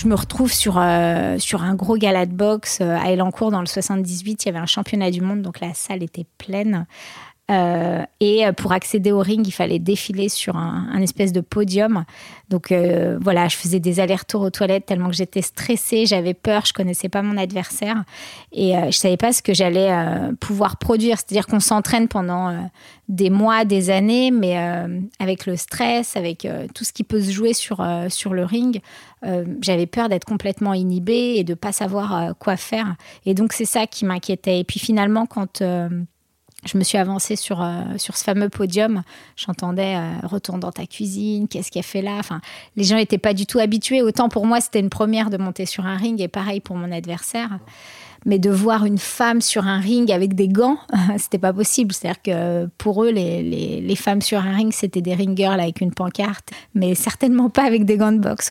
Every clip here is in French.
je me retrouve sur un gros gala de boxe à Elancourt dans le 78. Il y avait un championnat du monde, donc la salle était pleine. Et pour accéder au ring, il fallait défiler sur un espèce de podium. Donc voilà, je faisais des allers-retours aux toilettes tellement que j'étais stressée, j'avais peur, je connaissais pas mon adversaire et je savais pas ce que j'allais pouvoir produire. C'est-à-dire qu'on s'entraîne pendant des mois, des années, mais avec le stress, avec tout ce qui peut se jouer sur le ring, j'avais peur d'être complètement inhibée et de pas savoir quoi faire. Et donc c'est ça qui m'inquiétait. Et puis finalement, quand je me suis avancée sur ce fameux podium. J'entendais « Retourne dans ta cuisine, qu'est-ce qu'elle fait là ?» Enfin, les gens n'étaient pas du tout habitués. Autant pour moi, c'était une première de monter sur un ring et pareil pour mon adversaire. Mais de voir une femme sur un ring avec des gants, c'était pas possible. C'est-à-dire que pour eux, les femmes sur un ring, c'était des ring girls avec une pancarte, mais certainement pas avec des gants de boxe.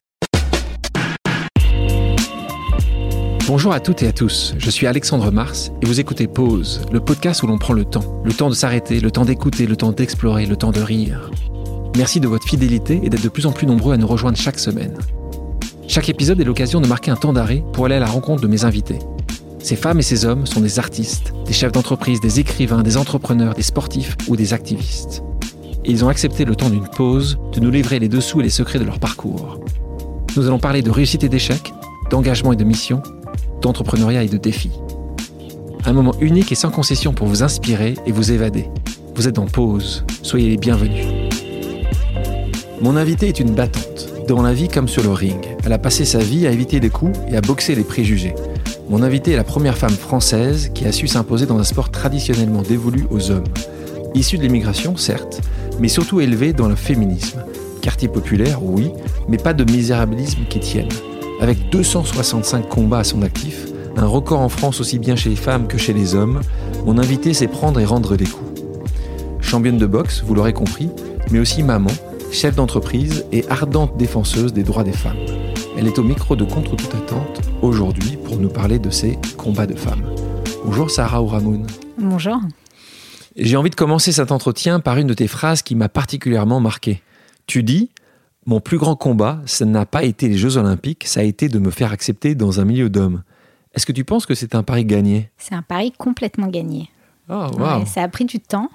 Bonjour à toutes et à tous, je suis Alexandre Mars et vous écoutez Pause, le podcast où l'on prend le temps de s'arrêter, le temps d'écouter, le temps d'explorer, le temps de rire. Merci de votre fidélité et d'être de plus en plus nombreux à nous rejoindre chaque semaine. Chaque épisode est l'occasion de marquer un temps d'arrêt pour aller à la rencontre de mes invités. Ces femmes et ces hommes sont des artistes, des chefs d'entreprise, des écrivains, des entrepreneurs, des sportifs ou des activistes. Et ils ont accepté le temps d'une pause de nous livrer les dessous et les secrets de leur parcours. Nous allons parler de réussite et d'échec, d'engagement et de mission, d'entrepreneuriat et de défis. Un moment unique et sans concession pour vous inspirer et vous évader. Vous êtes en pause, soyez les bienvenus. Mon invitée est une battante, dans la vie comme sur le ring. Elle a passé sa vie à éviter les coups et à boxer les préjugés. Mon invitée est la première femme française qui a su s'imposer dans un sport traditionnellement dévolu aux hommes. Issue de l'immigration, certes, mais surtout élevée dans le féminisme. Quartier populaire, oui, mais pas de misérabilisme qui tienne. Avec 265 combats à son actif, un record en France aussi bien chez les femmes que chez les hommes, mon invité sait prendre et rendre des coups. Championne de boxe, vous l'aurez compris, mais aussi maman, chef d'entreprise et ardente défenseuse des droits des femmes. Elle est au micro de Contre toute attente aujourd'hui pour nous parler de ses combats de femmes. Bonjour Sarah Ouramoun. Bonjour. J'ai envie de commencer cet entretien par une de tes phrases qui m'a particulièrement marqué. Tu dis « Mon plus grand combat, ça n'a pas été les Jeux Olympiques, ça a été de me faire accepter dans un milieu d'hommes. » Est-ce que tu penses que c'est un pari gagné ? C'est un pari complètement gagné. Oh, wow. Ouais, ça a pris du temps,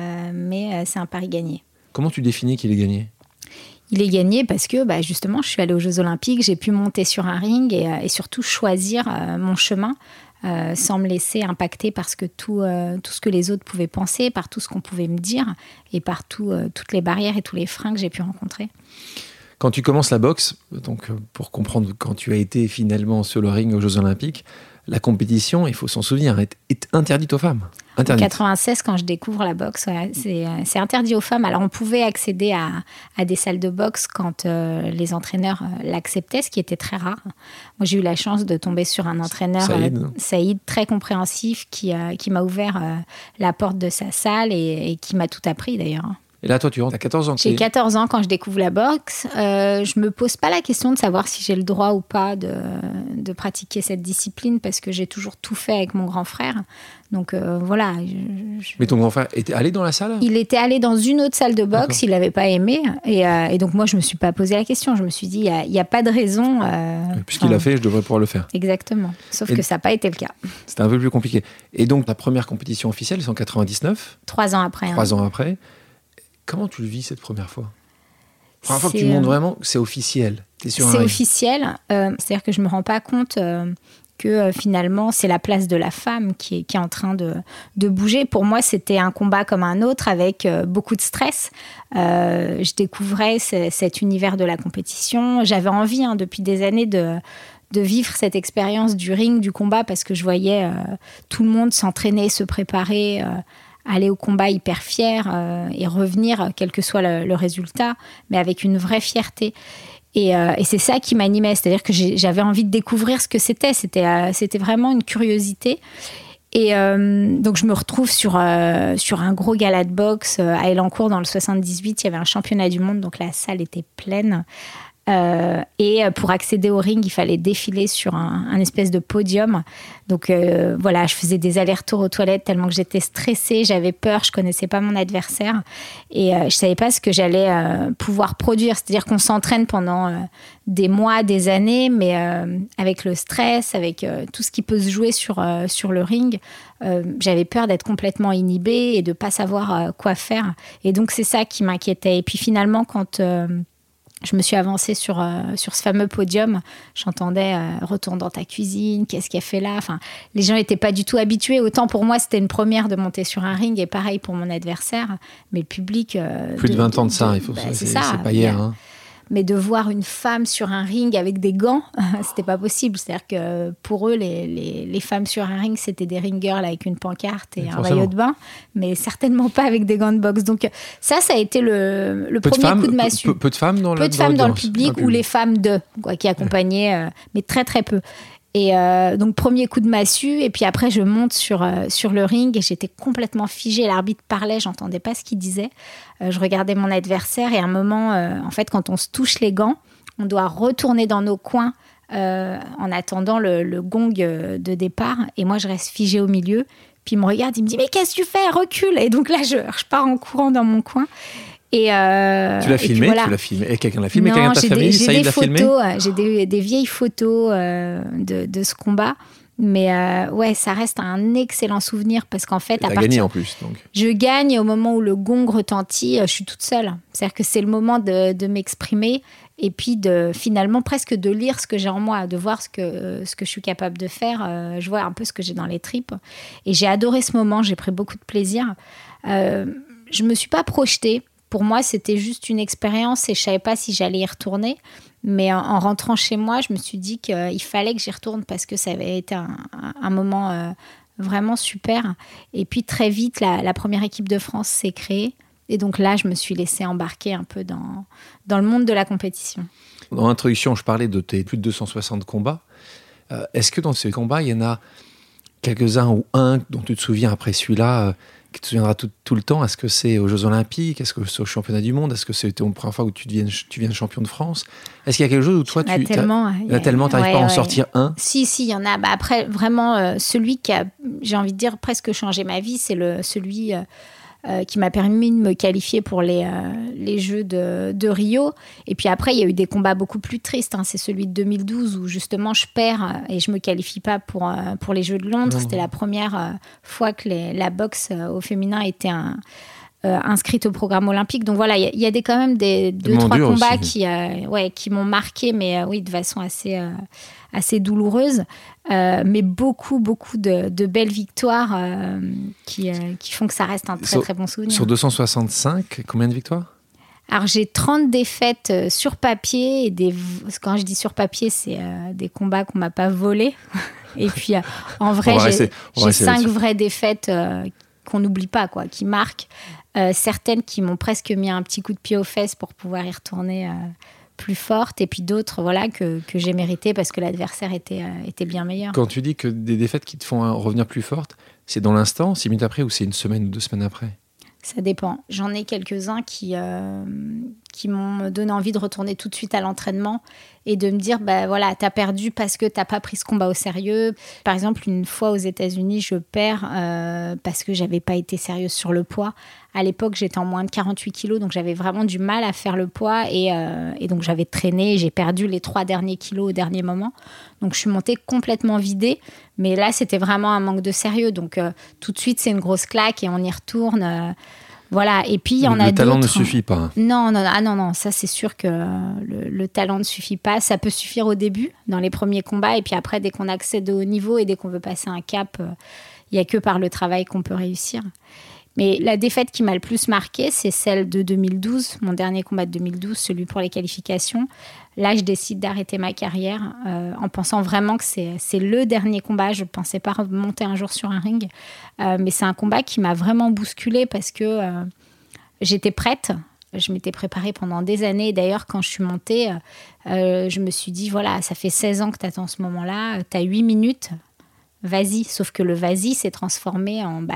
mais c'est un pari gagné. Comment tu définis qu'il est gagné ? Il est gagné parce que justement, je suis allée aux Jeux Olympiques, j'ai pu monter sur un ring et surtout choisir mon chemin sans me laisser impacter par tout ce que les autres pouvaient penser, par tout ce qu'on pouvait me dire et par toutes les barrières et tous les freins que j'ai pu rencontrer. Quand tu commences la boxe, donc pour comprendre quand tu as été finalement sur le ring aux Jeux Olympiques, la compétition, il faut s'en souvenir, est interdite aux femmes. Interdite. En 96, quand je découvre la boxe, c'est interdit aux femmes. Alors, on pouvait accéder à des salles de boxe quand les entraîneurs l'acceptaient, ce qui était très rare. Moi, j'ai eu la chance de tomber sur un entraîneur, Saïd, très compréhensif, qui m'a ouvert la porte de sa salle et qui m'a tout appris, d'ailleurs. Et là, toi, tu rentres à 14 ans. J'ai 14 ans quand je découvre la boxe. Je me pose pas la question de savoir si j'ai le droit ou pas de pratiquer cette discipline parce que j'ai toujours tout fait avec mon grand frère. Donc voilà. Mais ton grand frère était allé dans la salle ? Il était allé dans une autre salle de boxe, d'accord. Il l'avait pas aimé. Et donc moi, je me suis pas posé la question. Je me suis dit, il y a pas de raison. Puisqu'il l'a fait, je devrais pouvoir le faire. Exactement. Sauf que ça n'a pas été le cas. C'était un peu plus compliqué. Et donc, la première compétition officielle, c'est en 99 ? 3 ans après. 3 ans après. Comment tu le vis cette première fois ? Première fois que tu montres vraiment que c'est officiel. C'est officiel. C'est-à-dire que je ne me rends pas compte que finalement, c'est la place de la femme qui est en train de bouger. Pour moi, c'était un combat comme un autre avec beaucoup de stress. Je découvrais cet univers de la compétition. J'avais envie depuis des années de vivre cette expérience du ring, du combat, parce que je voyais tout le monde s'entraîner, se préparer, aller au combat hyper fier et revenir, quel que soit le résultat, mais avec une vraie fierté. Et c'est ça qui m'animait, c'est-à-dire que j'avais envie de découvrir ce que c'était. C'était vraiment une curiosité. Et donc, je me retrouve sur un gros gala de boxe à Elancourt dans le 78. Il y avait un championnat du monde, donc la salle était pleine. Et pour accéder au ring, il fallait défiler sur un espèce de podium. Donc voilà, je faisais des allers-retours aux toilettes tellement que j'étais stressée, j'avais peur, je connaissais pas mon adversaire et je savais pas ce que j'allais pouvoir produire. C'est-à-dire qu'on s'entraîne pendant des mois, des années, mais avec le stress, avec tout ce qui peut se jouer sur le ring, j'avais peur d'être complètement inhibée et de pas savoir quoi faire. Et donc c'est ça qui m'inquiétait. Et puis finalement, quand je me suis avancée sur ce fameux podium. J'entendais « Retourne dans ta cuisine, qu'est-ce qu'elle fait là ?» Enfin, les gens n'étaient pas du tout habitués. Autant pour moi, c'était une première de monter sur un ring et pareil pour mon adversaire. Mais le public... Plus de 20 ans de ça, il faut c'est pas hier. Hein. Mais de voir une femme sur un ring avec des gants, c'était pas possible. C'est-à-dire que pour eux, les femmes sur un ring, c'était des ring girls avec une pancarte et un maillot de bain, mais certainement pas avec des gants de boxe. Donc ça a été le premier coup de massue. Peu de femmes dans le public ou les femmes qui accompagnaient, mais très très peu. Et donc, premier coup de massue. Et puis après, je monte sur le ring et j'étais complètement figée. L'arbitre parlait, j'entendais pas ce qu'il disait. Je regardais mon adversaire et à un moment, en fait, quand on se touche les gants, on doit retourner dans nos coins en attendant le gong de départ. Et moi, je reste figée au milieu. Puis il me regarde, il me dit « Mais qu'est-ce que tu fais ? Recule !» Et donc là, je pars en courant dans mon coin. Et tu l'as filmé, voilà. Tu l'as filmé. Et quelqu'un l'a filmé, quelqu'un de ta famille, ça il l'a filmé. J'ai des vieilles photos de ce combat, mais ouais, ça reste un excellent souvenir parce qu'en fait, gagné en plus. Donc. Je gagne au moment où le gong retentit. Je suis toute seule, c'est-à-dire que c'est le moment de m'exprimer et puis finalement presque de lire ce que j'ai en moi, de voir ce que je suis capable de faire. Je vois un peu ce que j'ai dans les tripes et j'ai adoré ce moment. J'ai pris beaucoup de plaisir. Je me suis pas projetée. Pour moi, c'était juste une expérience et je ne savais pas si j'allais y retourner. Mais en rentrant chez moi, je me suis dit qu'il fallait que j'y retourne parce que ça avait été un moment vraiment super. Et puis très vite, la première équipe de France s'est créée. Et donc là, je me suis laissée embarquer un peu dans le monde de la compétition. Dans l'introduction, je parlais de tes plus de 260 combats. Est-ce que dans ces combats, il y en a quelques-uns ou un dont tu te souviens après celui-là qui te souviendra tout le temps? Est-ce que c'est aux Jeux Olympiques? Est-ce que c'est au Championnat du Monde? Est-ce que c'était la première fois où tu viens champion de France? Est-ce qu'il y a quelque chose où toi, tu n'arrives pas à en sortir un? Si, il y en a. Après, vraiment, celui qui a, j'ai envie de dire, presque changé ma vie, c'est celui qui m'a permis de me qualifier pour les Jeux de Rio. Et puis après, il y a eu des combats beaucoup plus tristes. C'est celui de 2012 où justement je perds et je ne me qualifie pas pour les Jeux de Londres. C'était la première fois que la boxe au féminin était inscrite au programme olympique. Donc voilà, il y a quand même deux, trois combats qui m'ont marqué, mais oui, de façon assez douloureuse. Mais beaucoup de belles victoires qui font que ça reste un très, très bon souvenir. Sur 265, combien de victoires ? Alors, j'ai 30 défaites sur papier. Quand je dis sur papier, c'est des combats qu'on ne m'a pas volés. Et puis, en vrai, j'ai 5 vraies défaites qu'on n'oublie pas, qui marquent. Certaines qui m'ont presque mis un petit coup de pied aux fesses pour pouvoir y retourner plus forte, et puis d'autres que j'ai méritées parce que l'adversaire était bien meilleur. Quand tu dis que des défaites qui te font revenir plus forte, c'est dans l'instant, 6 minutes après, ou c'est une semaine ou 2 semaines après? Ça dépend. J'en ai quelques-uns qui m'ont donné envie de retourner tout de suite à l'entraînement et de me dire, voilà, t'as perdu parce que t'as pas pris ce combat au sérieux. Par exemple, une fois aux États-Unis, je perds parce que j'avais pas été sérieuse sur le poids. À l'époque, j'étais en moins de 48 kilos, donc j'avais vraiment du mal à faire le poids et donc j'avais traîné et j'ai perdu les 3 derniers kilos au dernier moment. Donc je suis montée complètement vidée, mais là, c'était vraiment un manque de sérieux. Donc tout de suite, c'est une grosse claque et on y retourne. Voilà, et puis il y en a d'autres. Le talent ne suffit pas. Non, ça c'est sûr que le talent ne suffit pas. Ça peut suffire au début, dans les premiers combats, et puis après, dès qu'on accède au haut niveau et dès qu'on veut passer un cap, il n'y a que par le travail qu'on peut réussir. Mais la défaite qui m'a le plus marquée, c'est celle de 2012, mon dernier combat de 2012, celui pour les qualifications. Là, je décide d'arrêter ma carrière en pensant vraiment que c'est le dernier combat. Je ne pensais pas remonter un jour sur un ring. Mais c'est un combat qui m'a vraiment bousculée parce que j'étais prête. Je m'étais préparée pendant des années. D'ailleurs, quand je suis montée, je me suis dit, voilà, ça fait 16 ans que tu attends ce moment-là. Tu as 8 minutes. vas-y. Sauf que le vas-y s'est transformé en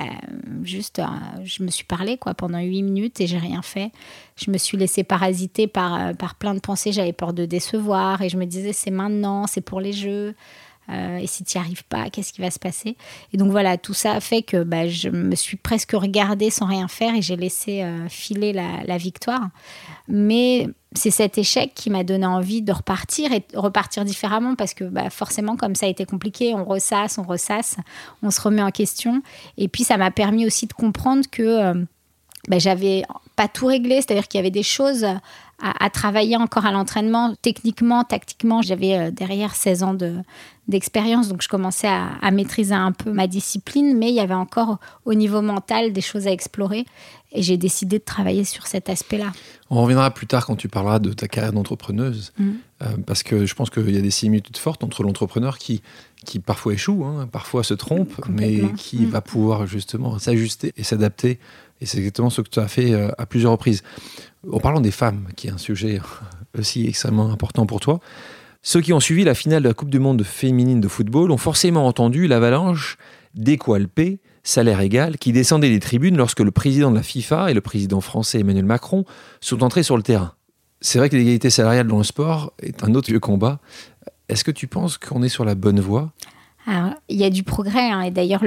je me suis parlé pendant 8 minutes et j'ai rien fait. Je me suis laissée parasiter par plein de pensées. J'avais peur de décevoir et je me disais c'est maintenant, c'est pour les jeux. Et si tu n'y arrives pas, qu'est-ce qui va se passer? Et donc voilà, tout ça a fait que je me suis presque regardée sans rien faire et j'ai laissé filer la victoire. Mais c'est cet échec qui m'a donné envie de repartir et repartir différemment parce que forcément, comme ça a été compliqué, on ressasse, on se remet en question. Et puis, ça m'a permis aussi de comprendre que j'avais pas tout réglé, c'est-à-dire qu'il y avait des choses à travailler encore à l'entraînement, techniquement, tactiquement. J'avais derrière 16 ans d'expérience, donc je commençais à maîtriser un peu ma discipline, mais il y avait encore au niveau mental des choses à explorer et j'ai décidé de travailler sur cet aspect-là. On reviendra plus tard quand tu parleras de ta carrière d'entrepreneuse, parce que je pense qu'il y a des similitudes fortes entre l'entrepreneur qui parfois échoue, parfois se trompe, mais qui va pouvoir justement s'ajuster et s'adapter. Et c'est exactement ce que tu as fait à plusieurs reprises. En parlant des femmes, qui est un sujet aussi extrêmement important pour toi, ceux qui ont suivi la finale de la Coupe du Monde féminine de football ont forcément entendu l'avalanche d'équalpés, salaire égal, qui descendaient des tribunes lorsque le président de la FIFA et le président français Emmanuel Macron sont entrés sur le terrain. C'est vrai que l'égalité salariale dans le sport est un autre vieux combat. Est-ce que tu penses qu'on est sur la bonne voie ? Alors, il y a du progrès, et d'ailleurs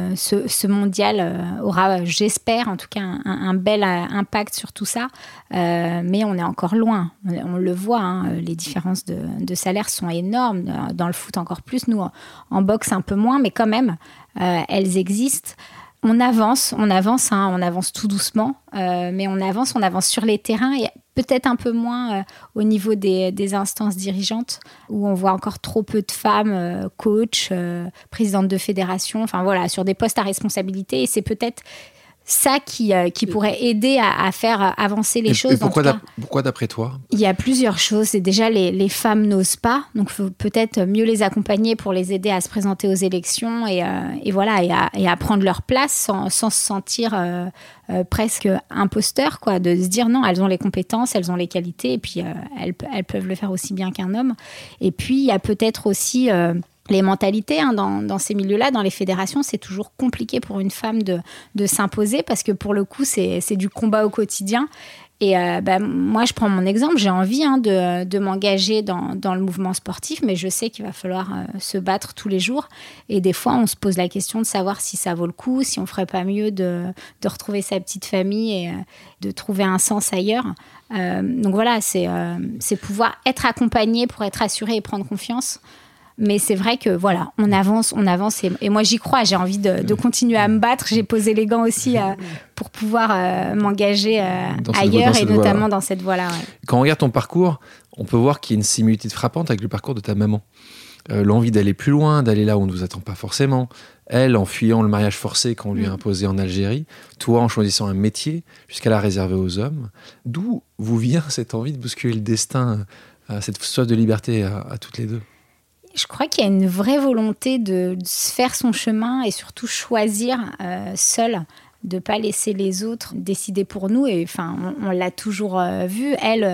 ce mondial aura, j'espère en tout cas, un bel impact sur tout ça, mais on est encore loin, on le voit, les différences de salaire sont énormes, dans le foot encore plus, nous en boxe un peu moins, mais quand même, elles existent. On avance tout doucement, mais on avance sur les terrains et peut-être un peu moins au niveau des instances dirigeantes où on voit encore trop peu de femmes coachs, présidentes de fédération, enfin voilà, sur des postes à responsabilité. Et c'est peut-être ça qui pourrait aider à faire avancer les choses. Pourquoi d'après toi ? Il y a plusieurs choses. C'est déjà les femmes n'osent pas, donc il faut peut-être mieux les accompagner pour les aider à se présenter aux élections et à prendre leur place sans se sentir presque imposteurs, de se dire non, elles ont les compétences, elles ont les qualités et puis elles peuvent le faire aussi bien qu'un homme. Et puis il y a peut-être aussi les mentalités dans ces milieux-là, dans les fédérations, c'est toujours compliqué pour une femme de s'imposer parce que pour le coup, c'est du combat au quotidien. Et moi, je prends mon exemple, j'ai envie de m'engager dans le mouvement sportif, mais je sais qu'il va falloir se battre tous les jours. Et des fois, on se pose la question de savoir si ça vaut le coup, si on ne ferait pas mieux de retrouver sa petite famille et de trouver un sens ailleurs. Donc voilà, c'est pouvoir être accompagné pour être assuré et prendre confiance. Mais c'est vrai que voilà, on avance et moi j'y crois, j'ai envie de continuer à me battre. J'ai posé les gants aussi pour pouvoir m'engager ailleurs et notamment dans cette voie-là. Ouais. Quand on regarde ton parcours, on peut voir qu'il y a une similitude frappante avec le parcours de ta maman. L'envie d'aller plus loin, d'aller là où on ne vous attend pas forcément. Elle, en fuyant le mariage forcé qu'on lui a imposé en Algérie. Toi, en choisissant un métier jusqu'à la réserver aux hommes. D'où vous vient cette envie de bousculer le destin, cette soif de liberté à toutes les deux ? Je crois qu'il y a une vraie volonté de se faire son chemin et surtout choisir seul, de ne pas laisser les autres décider pour nous. Et on l'a toujours vu.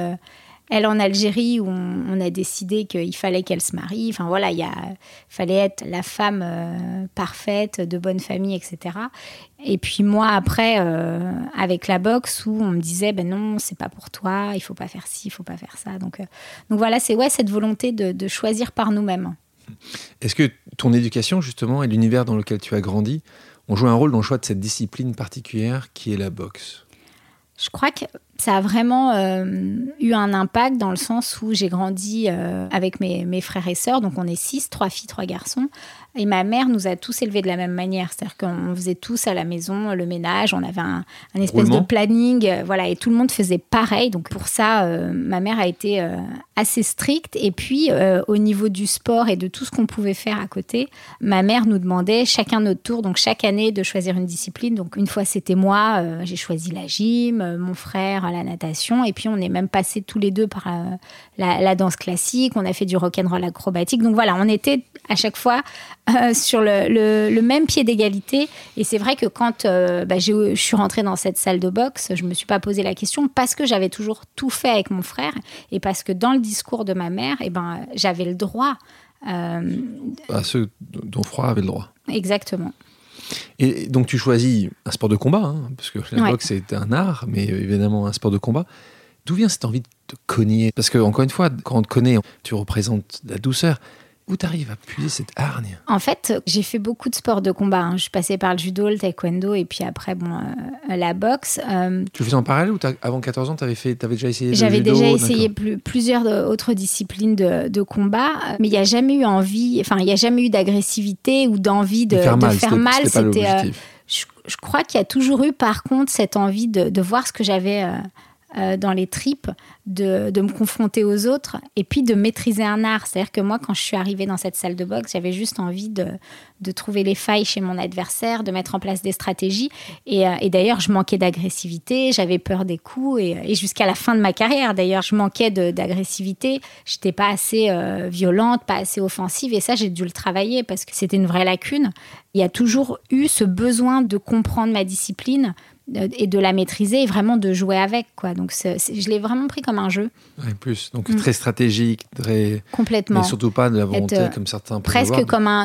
Elle en Algérie, où on a décidé qu'il fallait qu'elle se marie. Enfin voilà, il fallait être la femme parfaite, de bonne famille, etc. Et puis moi, après, avec la boxe, où on me disait non, c'est pas pour toi, il faut pas faire ci, il faut pas faire ça. Donc voilà, c'est cette volonté de choisir par nous-mêmes. Est-ce que ton éducation, justement, et l'univers dans lequel tu as grandi ont joué un rôle dans le choix de cette discipline particulière qui est la boxe ? Je crois que ça a vraiment eu un impact dans le sens où j'ai grandi avec mes frères et sœurs. Donc on est 6, 3 filles, 3 garçons. Et ma mère nous a tous élevés de la même manière. C'est-à-dire qu'on faisait tous à la maison le ménage. On avait un espèce de planning. Et tout le monde faisait pareil. Donc pour ça, ma mère a été assez stricte. Et puis au niveau du sport et de tout ce qu'on pouvait faire à côté, ma mère nous demandait chacun notre tour. Donc chaque année de choisir une discipline. Donc une fois c'était moi, j'ai choisi la gym. Mon frère faire la natation. Et puis, on est même passés tous les deux par la danse classique. On a fait du rock'n'roll acrobatique. Donc voilà, on était à chaque fois sur le même pied d'égalité. Et c'est vrai que quand je suis rentrée dans cette salle de boxe, je ne me suis pas posé la question parce que j'avais toujours tout fait avec mon frère et parce que dans le discours de ma mère, j'avais le droit. À ceux dont Froid avait le droit. Exactement. Et donc tu choisis un sport de combat, parce que la boxe c'est un art, mais évidemment un sport de combat. D'où vient cette envie de te cogner ? Parce que encore une fois, quand on te connaît, tu représentes la douceur. Où tu arrives à puiser cette hargne ? En fait, j'ai fait beaucoup de sports de combat. Je suis passée par le judo, le taekwondo et puis après, la boxe. Tu le faisais en parallèle ou avant 14 ans, tu avais déjà essayé le J'avais judo ? Déjà essayé plusieurs autres disciplines de combat, mais il n'y a jamais eu il n'y a jamais eu d'agressivité ou d'envie de faire mal. C'était pas l'objectif. Je crois qu'il y a toujours eu, par contre, cette envie de voir ce que j'avais dans les tripes, de me confronter aux autres et puis de maîtriser un art. C'est-à-dire que moi, quand je suis arrivée dans cette salle de boxe, j'avais juste envie de trouver les failles chez mon adversaire, de mettre en place des stratégies. Et d'ailleurs, je manquais d'agressivité, j'avais peur des coups. Et jusqu'à la fin de ma carrière, d'ailleurs, je manquais d'agressivité. Je n'étais pas assez violente, pas assez offensive. Et ça, j'ai dû le travailler parce que c'était une vraie lacune. Il y a toujours eu ce besoin de comprendre ma discipline et de la maîtriser et vraiment de jouer avec, quoi. Donc je l'ai vraiment pris comme un jeu. Ouais, plus donc très stratégique, très complètement. Mais surtout pas de la volonté comme certains peuvent presque avoir, comme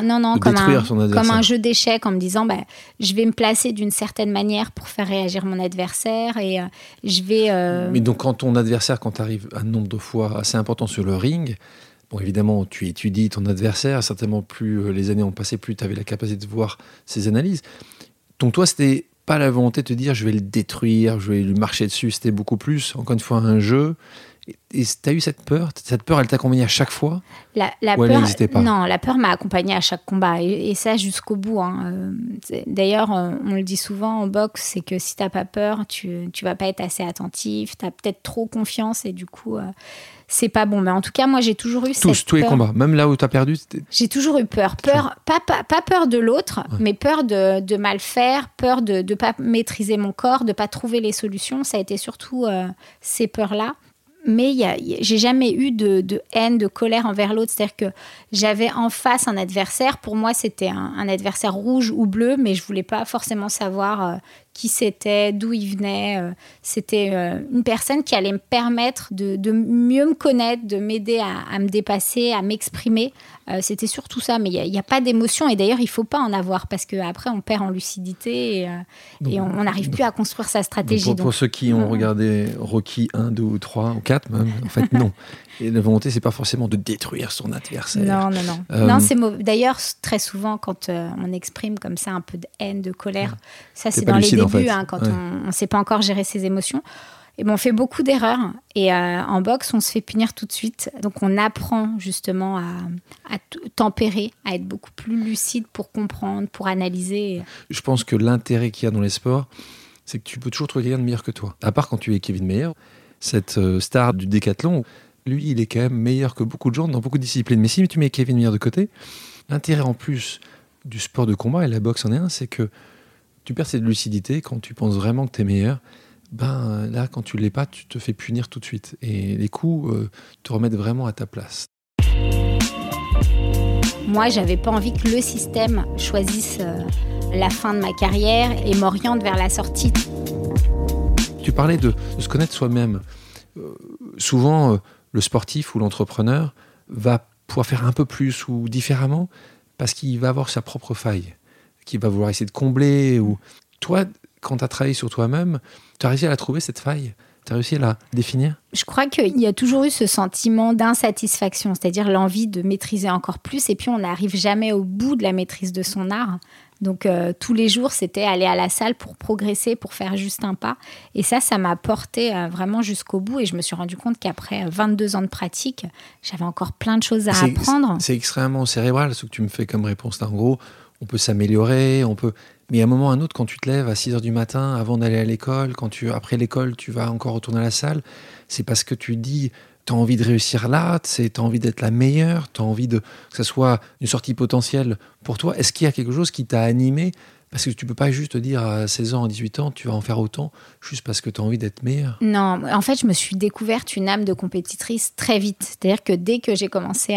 un jeu d'échecs, en me disant je vais me placer d'une certaine manière pour faire réagir mon adversaire et je vais. Mais donc quand ton adversaire, quand tu arrives un nombre de fois assez important sur le ring. Bon, évidemment, tu étudies ton adversaire. Certainement, plus les années ont passé, plus tu avais la capacité de voir ses analyses. Donc, toi, c'était pas la volonté de te dire je vais le détruire, je vais lui marcher dessus. C'était beaucoup plus, encore une fois, un jeu. Et tu as eu cette peur ? Cette peur, elle t'a accompagnée à chaque fois ? La ou elle n'existait pas ? Non, la peur m'a accompagnée à chaque combat. Et ça, jusqu'au bout. D'ailleurs, on le dit souvent en boxe, c'est que si tu n'as pas peur, tu vas pas être assez attentif. Tu as peut-être trop confiance et du coup... c'est pas bon, mais en tout cas, moi, j'ai toujours eu tous les combats, même là où tu as perdu. J'ai toujours eu peur, pas peur de l'autre, mais peur de mal faire, peur de pas maîtriser mon corps, de pas trouver les solutions. Ça a été surtout ces peurs-là. Mais j'ai jamais eu de haine, de colère envers l'autre. C'est-à-dire que j'avais en face un adversaire. Pour moi, c'était un adversaire rouge ou bleu, mais je voulais pas forcément savoir qui c'était, d'où il venait. C'était une personne qui allait me permettre de mieux me connaître, de m'aider à me dépasser, à m'exprimer. C'était surtout ça, mais il n'y a pas d'émotion. Et d'ailleurs, il ne faut pas en avoir parce qu'après, on perd en lucidité et on n'arrive plus à construire sa stratégie. Pour ceux qui ont regardé Rocky 1, 2 ou 3 ou 4 même, en fait, non. Et la volonté, c'est pas forcément de détruire son adversaire. Non. Non, c'est mauvais. D'ailleurs, très souvent, quand on exprime comme ça un peu de haine, de colère, ça c'est dans les débuts, en fait. Quand on ne sait pas encore gérer ses émotions. Et on fait beaucoup d'erreurs. Et en boxe, on se fait punir tout de suite. Donc, on apprend justement à tempérer, à être beaucoup plus lucide pour comprendre, pour analyser. Je pense que l'intérêt qu'il y a dans les sports, c'est que tu peux toujours trouver quelqu'un de meilleur que toi. À part quand tu es Kevin Mayer, cette star du décathlon. Lui, il est quand même meilleur que beaucoup de gens dans beaucoup de disciplines. Mais si tu mets Kevin Mayer de côté, l'intérêt en plus du sport de combat, et la boxe en est un, c'est que tu perds cette lucidité quand tu penses vraiment que tu es meilleur. Là, quand tu ne l'es pas, tu te fais punir tout de suite. Et les coups te remettent vraiment à ta place. Moi, je n'avais pas envie que le système choisisse la fin de ma carrière et m'oriente vers la sortie. Tu parlais de se connaître soi-même. Souvent... le sportif ou l'entrepreneur va pouvoir faire un peu plus ou différemment parce qu'il va avoir sa propre faille, qu'il va vouloir essayer de combler. Ou... Toi, quand tu as travaillé sur toi-même, tu as réussi à la trouver, cette faille ? Tu as réussi à la définir ? Je crois qu'il y a toujours eu ce sentiment d'insatisfaction, c'est-à-dire l'envie de maîtriser encore plus, et puis on n'arrive jamais au bout de la maîtrise de son art. Donc tous les jours, c'était aller à la salle pour progresser, pour faire juste un pas. Et ça m'a porté vraiment jusqu'au bout. Et je me suis rendu compte qu'après 22 ans de pratique, j'avais encore plein de choses à apprendre. C'est extrêmement cérébral, ce que tu me fais comme réponse. En gros, on peut s'améliorer, mais à un moment ou à un autre, quand tu te lèves à 6h du matin, avant d'aller à l'école, après l'école, tu vas encore retourner à la salle, c'est parce que tu dis... Tu as envie de réussir là, tu as envie d'être la meilleure, tu as envie que ça soit une sortie potentielle pour toi. Est-ce qu'il y a quelque chose qui t'a animé Parce que tu peux pas juste te dire à 16 ans, à 18 ans, tu vas en faire autant juste parce que tu as envie d'être meilleure. Non, en fait, je me suis découverte une âme de compétitrice très vite. C'est-à-dire que dès que j'ai commencé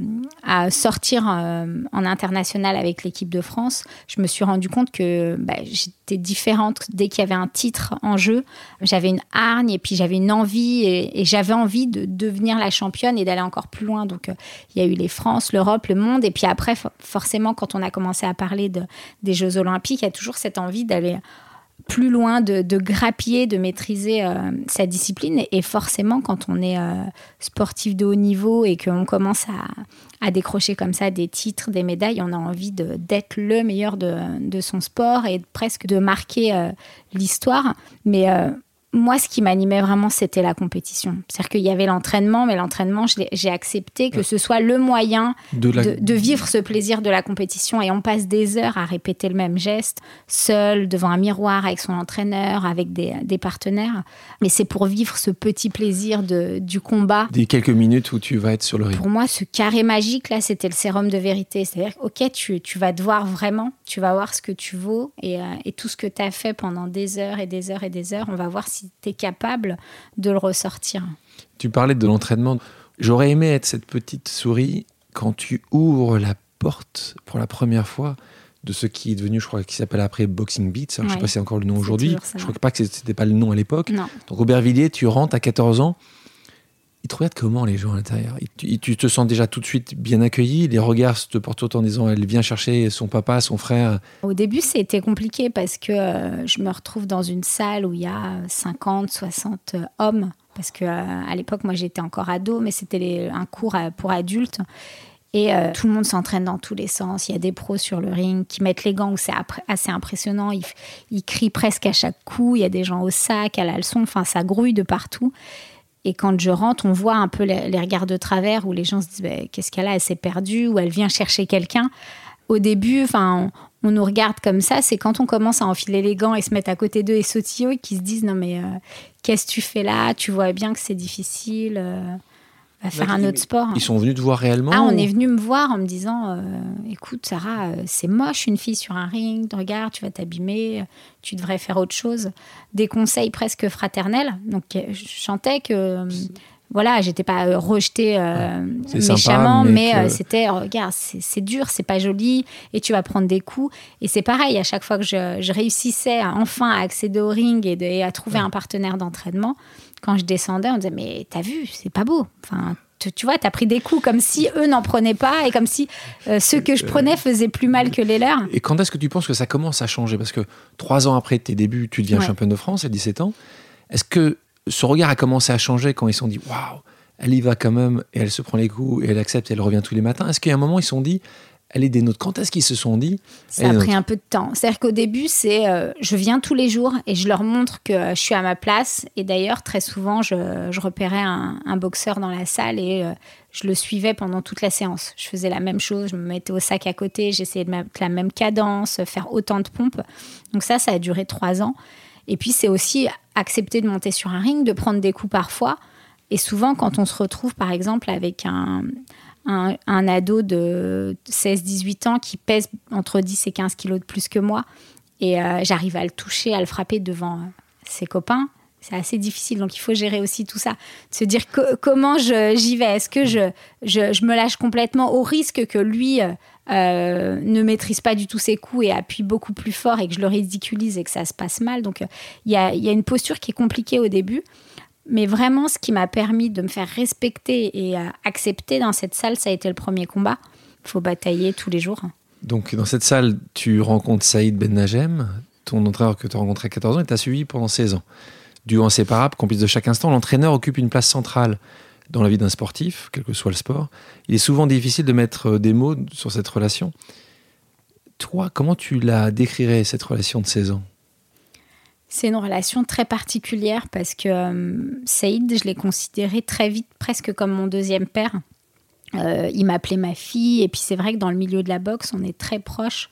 à sortir en international avec l'équipe de France, je me suis rendu compte que j'étais différente. Dès qu'il y avait un titre en jeu, j'avais une hargne et puis j'avais une envie et j'avais envie de devenir la championne et d'aller encore plus loin. Donc, il y a eu les France, l'Europe, le monde. Et puis après, forcément, quand on a commencé à parler des Jeux Olympiques, il y a toujours cette envie d'aller plus loin, de grappiller, de maîtriser sa discipline. Et forcément, quand on est sportif de haut niveau et qu'on commence à décrocher comme ça des titres, des médailles, on a envie d'être le meilleur de son sport et presque de marquer l'histoire. Mais moi, ce qui m'animait vraiment, c'était la compétition. C'est-à-dire qu'il y avait l'entraînement, mais l'entraînement, j'ai accepté que ce soit le moyen de vivre ce plaisir de la compétition. Et on passe des heures à répéter le même geste, seul, devant un miroir, avec son entraîneur, avec des partenaires. Mais c'est pour vivre ce petit plaisir du combat. Des quelques minutes où tu vas être sur le ring. Pour moi, ce carré magique, là, c'était le sérum de vérité. C'est-à-dire, OK, tu vas te voir vraiment, tu vas voir ce que tu vaux et tout ce que tu as fait pendant des heures et des heures et des heures, on va voir si tu es capable de le ressortir. Tu parlais de l'entraînement. J'aurais aimé être cette petite souris quand tu ouvres la porte pour la première fois de ce qui est devenu, je crois, qui s'appelle après Boxing Beats. Alors, je ne sais pas si c'est encore le nom aujourd'hui. Je ne crois pas que ce n'était pas le nom à l'époque. Non. Donc, Aubervilliers, tu rentres à 14 ans. Ils te regardent comment, les gens à l'intérieur? Tu te sens déjà tout de suite bien accueilli? Les regards te portent autant en disant elle vient chercher son papa, son frère. Au début, c'était compliqué parce que je me retrouve dans une salle où il y a 50, 60 hommes. Parce qu'à l'époque, moi, j'étais encore ado, mais c'était un cours pour adultes. Et tout le monde s'entraîne dans tous les sens. Il y a des pros sur le ring qui mettent les gants où c'est assez impressionnant. Ils crient presque à chaque coup. Il y a des gens au sac, à la leçon. Enfin, ça grouille de partout. Et quand je rentre, on voit un peu les regards de travers où les gens se disent qu'est-ce qu'elle a, elle s'est perdue ou elle vient chercher quelqu'un. Au début, on nous regarde comme ça. C'est quand on commence à enfiler les gants et se mettre à côté d'eux et sautiller qu'ils se disent non mais qu'est-ce que tu fais là? Tu vois bien que c'est difficile. Va faire un autre sport. Ils sont venus te voir réellement? On est venu me voir en me disant écoute Sarah, c'est moche une fille sur un ring, regarde, tu vas t'abîmer, tu devrais faire autre chose. Des conseils presque fraternels. Donc je sentais que voilà, j'étais pas rejetée méchamment, sympa, mais c'était regarde, c'est dur, c'est pas joli et tu vas prendre des coups. Et c'est pareil, à chaque fois que je réussissais enfin à accéder au ring et à trouver un partenaire d'entraînement, quand je descendais, on disait mais t'as vu, c'est pas beau. Enfin, tu vois, t'as pris des coups comme si eux n'en prenaient pas et comme si ceux que je prenais faisaient plus mal que les leurs. Et quand est-ce que tu penses que ça commence à changer? Parce que 3 ans après tes débuts, tu deviens championne de France à 17 ans. Est-ce que ce regard a commencé à changer quand ils se sont dit waouh, elle y va quand même et elle se prend les coups et elle accepte et elle revient tous les matins? Est-ce qu'il y a un moment ils se sont dit elle est des nôtres? Quand est-ce qu'ils se sont dit ça a pris un peu de temps. C'est-à-dire qu'au début, c'est je viens tous les jours et je leur montre que je suis à ma place. Et d'ailleurs, très souvent, je repérais un boxeur dans la salle et je le suivais pendant toute la séance. Je faisais la même chose, je me mettais au sac à côté, j'essayais de mettre la même cadence, faire autant de pompes. Donc ça a duré 3 ans. Et puis, c'est aussi accepter de monter sur un ring, de prendre des coups parfois. Et souvent, quand on se retrouve, par exemple, avec un ado de 16-18 ans qui pèse entre 10 et 15 kilos de plus que moi, et j'arrive à le toucher, à le frapper devant ses copains, c'est assez difficile. Donc, il faut gérer aussi tout ça. De se dire comment j'y vais. Est-ce que je me lâche complètement au risque que lui ne maîtrise pas du tout ses coups et appuie beaucoup plus fort et que je le ridiculise et que ça se passe mal. Donc, il y a une posture qui est compliquée au début. Mais vraiment, ce qui m'a permis de me faire respecter et accepter dans cette salle, ça a été le premier combat. Il faut batailler tous les jours. Donc, dans cette salle, tu rencontres Saïd Ben Najem, ton entraîneur que tu as rencontré à 14 ans et tu as suivi pendant 16 ans. Duo inséparable, complice de chaque instant, l'entraîneur occupe une place centrale dans la vie d'un sportif, quel que soit le sport. Il est souvent difficile de mettre des mots sur cette relation. Toi, comment tu la décrirais, cette relation de 16 ans? C'est une relation très particulière parce que Saïd, je l'ai considéré très vite presque comme mon deuxième père. Il m'appelait ma fille et puis c'est vrai que dans le milieu de la boxe, on est très proches.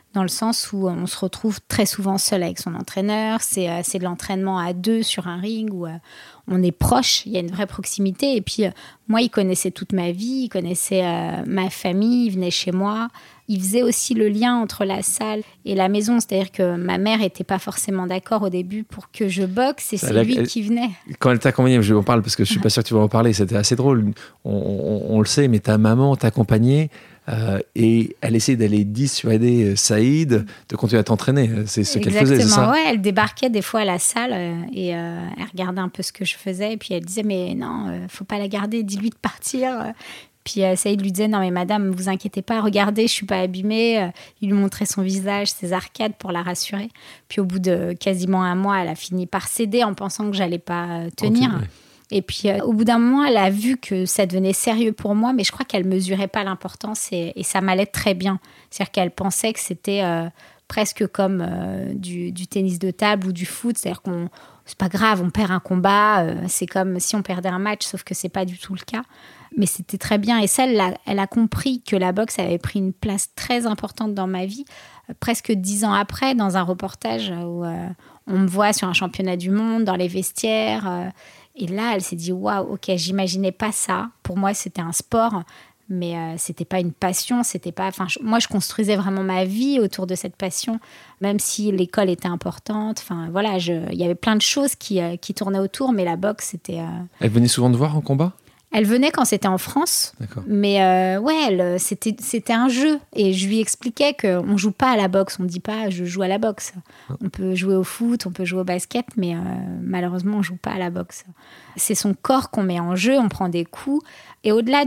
dans le sens où on se retrouve très souvent seul avec son entraîneur. C'est de l'entraînement à 2 sur un ring où on est proche, il y a une vraie proximité. Et puis, moi, il connaissait toute ma vie, il connaissait ma famille, il venait chez moi. Il faisait aussi le lien entre la salle et la maison. C'est-à-dire que ma mère n'était pas forcément d'accord au début pour que je boxe et c'est lui qui venait. Quand elle t'accompagnait, je vais en parler parce que je ne suis pas sûr que tu vas en parler, c'était assez drôle. On le sait, mais ta maman t'accompagnait et elle essayait d'aller dissuader Saïd de continuer à t'entraîner. C'est ce qu'elle faisait, c'est ça ? Exactement, ouais, elle débarquait des fois à la salle et elle regardait un peu ce que je faisais. Et puis elle disait, mais non, il ne faut pas la garder, dis-lui de partir. Puis Saïd lui disait, non mais madame, vous inquiétez pas, regardez, je suis pas abîmée. Il lui montrait son visage, ses arcades pour la rassurer. Puis au bout de quasiment un mois, elle a fini par céder en pensant que j'allais pas tenir. Okay. Et puis au bout d'un moment, elle a vu que ça devenait sérieux pour moi, mais je crois qu'elle mesurait pas l'importance et ça m'allait très bien. C'est-à-dire qu'elle pensait que c'était presque comme du tennis de table ou du foot. C'est-à-dire qu'on c'est pas grave, on perd un combat, c'est comme si on perdait un match, sauf que c'est pas du tout le cas. Mais c'était très bien. Et ça, elle a compris que la boxe avait pris une place très importante dans ma vie. Presque 10 ans après, dans un reportage où on me voit sur un championnat du monde, dans les vestiaires. Et là, elle s'est dit, waouh, ok, j'imaginais pas ça. Pour moi, c'était un sport, mais c'était pas une passion. C'était pas. Enfin, moi, je construisais vraiment ma vie autour de cette passion, même si l'école était importante. Enfin, voilà, il y avait plein de choses qui tournaient autour, mais la boxe, c'était. Elle venait souvent te voir en combat ? Elle venait quand c'était en France, D'accord. Mais ouais, c'était un jeu. Et je lui expliquais qu'on ne joue pas à la boxe, on ne dit pas « je joue à la boxe ». On peut jouer au foot, on peut jouer au basket, mais malheureusement, on ne joue pas à la boxe. C'est son corps qu'on met en jeu, on prend des coups. Et au-delà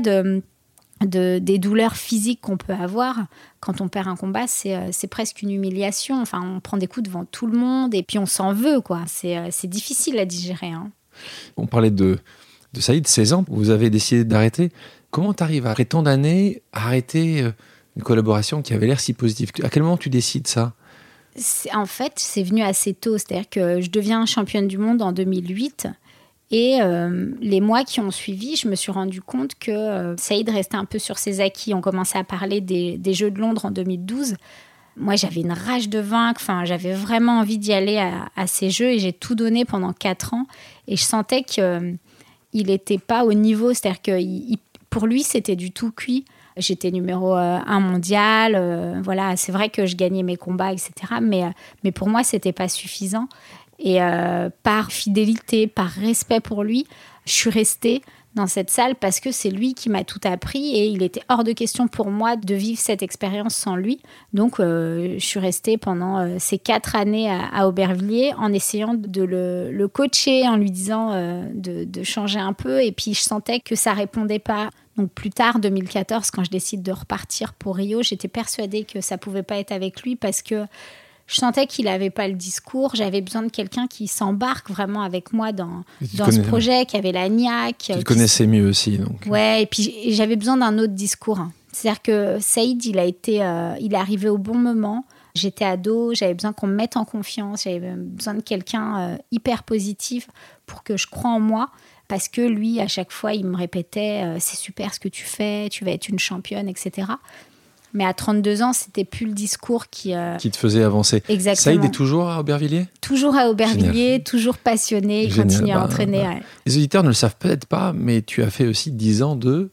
des douleurs physiques qu'on peut avoir, quand on perd un combat, c'est presque une humiliation. Enfin, on prend des coups devant tout le monde et puis on s'en veut, quoi. C'est difficile à digérer. Hein. On parlait de Saïd, 16 ans, vous avez décidé d'arrêter. Comment tu arrives, après tant d'années, à arrêter une collaboration qui avait l'air si positive ? À quel moment tu décides ça ? En fait, c'est venu assez tôt. C'est-à-dire que je deviens championne du monde en 2008. Et les mois qui ont suivi, je me suis rendu compte que Saïd restait un peu sur ses acquis. On commençait à parler des Jeux de Londres en 2012. Moi, j'avais une rage de vaincre. Enfin, j'avais vraiment envie d'y aller à ces Jeux. Et j'ai tout donné pendant 4 ans. Et je sentais que... il n'était pas au niveau, c'est-à-dire que pour lui, c'était du tout cuit. J'étais numéro 1 mondial, voilà, c'est vrai que je gagnais mes combats, etc. Mais pour moi, ce n'était pas suffisant. Et par fidélité, par respect pour lui, je suis restée dans cette salle parce que c'est lui qui m'a tout appris et il était hors de question pour moi de vivre cette expérience sans lui. Donc, je suis restée pendant ces 4 années à Aubervilliers en essayant de le coacher, en lui disant de changer un peu. Et puis, je sentais que ça répondait pas. Donc, plus tard, 2014, quand je décide de repartir pour Rio, j'étais persuadée que ça pouvait pas être avec lui parce que je sentais qu'il n'avait pas le discours. J'avais besoin de quelqu'un qui s'embarque vraiment avec moi dans ce projet, qui avait la niaque. Tu le connaissais mieux aussi, donc. Ouais, et puis j'avais besoin d'un autre discours. C'est-à-dire que Saïd, il est arrivé au bon moment. J'étais ado, j'avais besoin qu'on me mette en confiance. J'avais besoin de quelqu'un hyper positif pour que je croie en moi. Parce que lui, à chaque fois, il me répétait « c'est super ce que tu fais, tu vas être une championne, etc. » Mais à 32 ans, c'était plus le discours qui te faisait avancer. Exactement. Saïd est toujours à Aubervilliers ? Toujours à Aubervilliers, Génial. Toujours passionné, il continue à entraîner. Ouais. Les auditeurs ne le savent peut-être pas, mais tu as fait aussi 10 ans de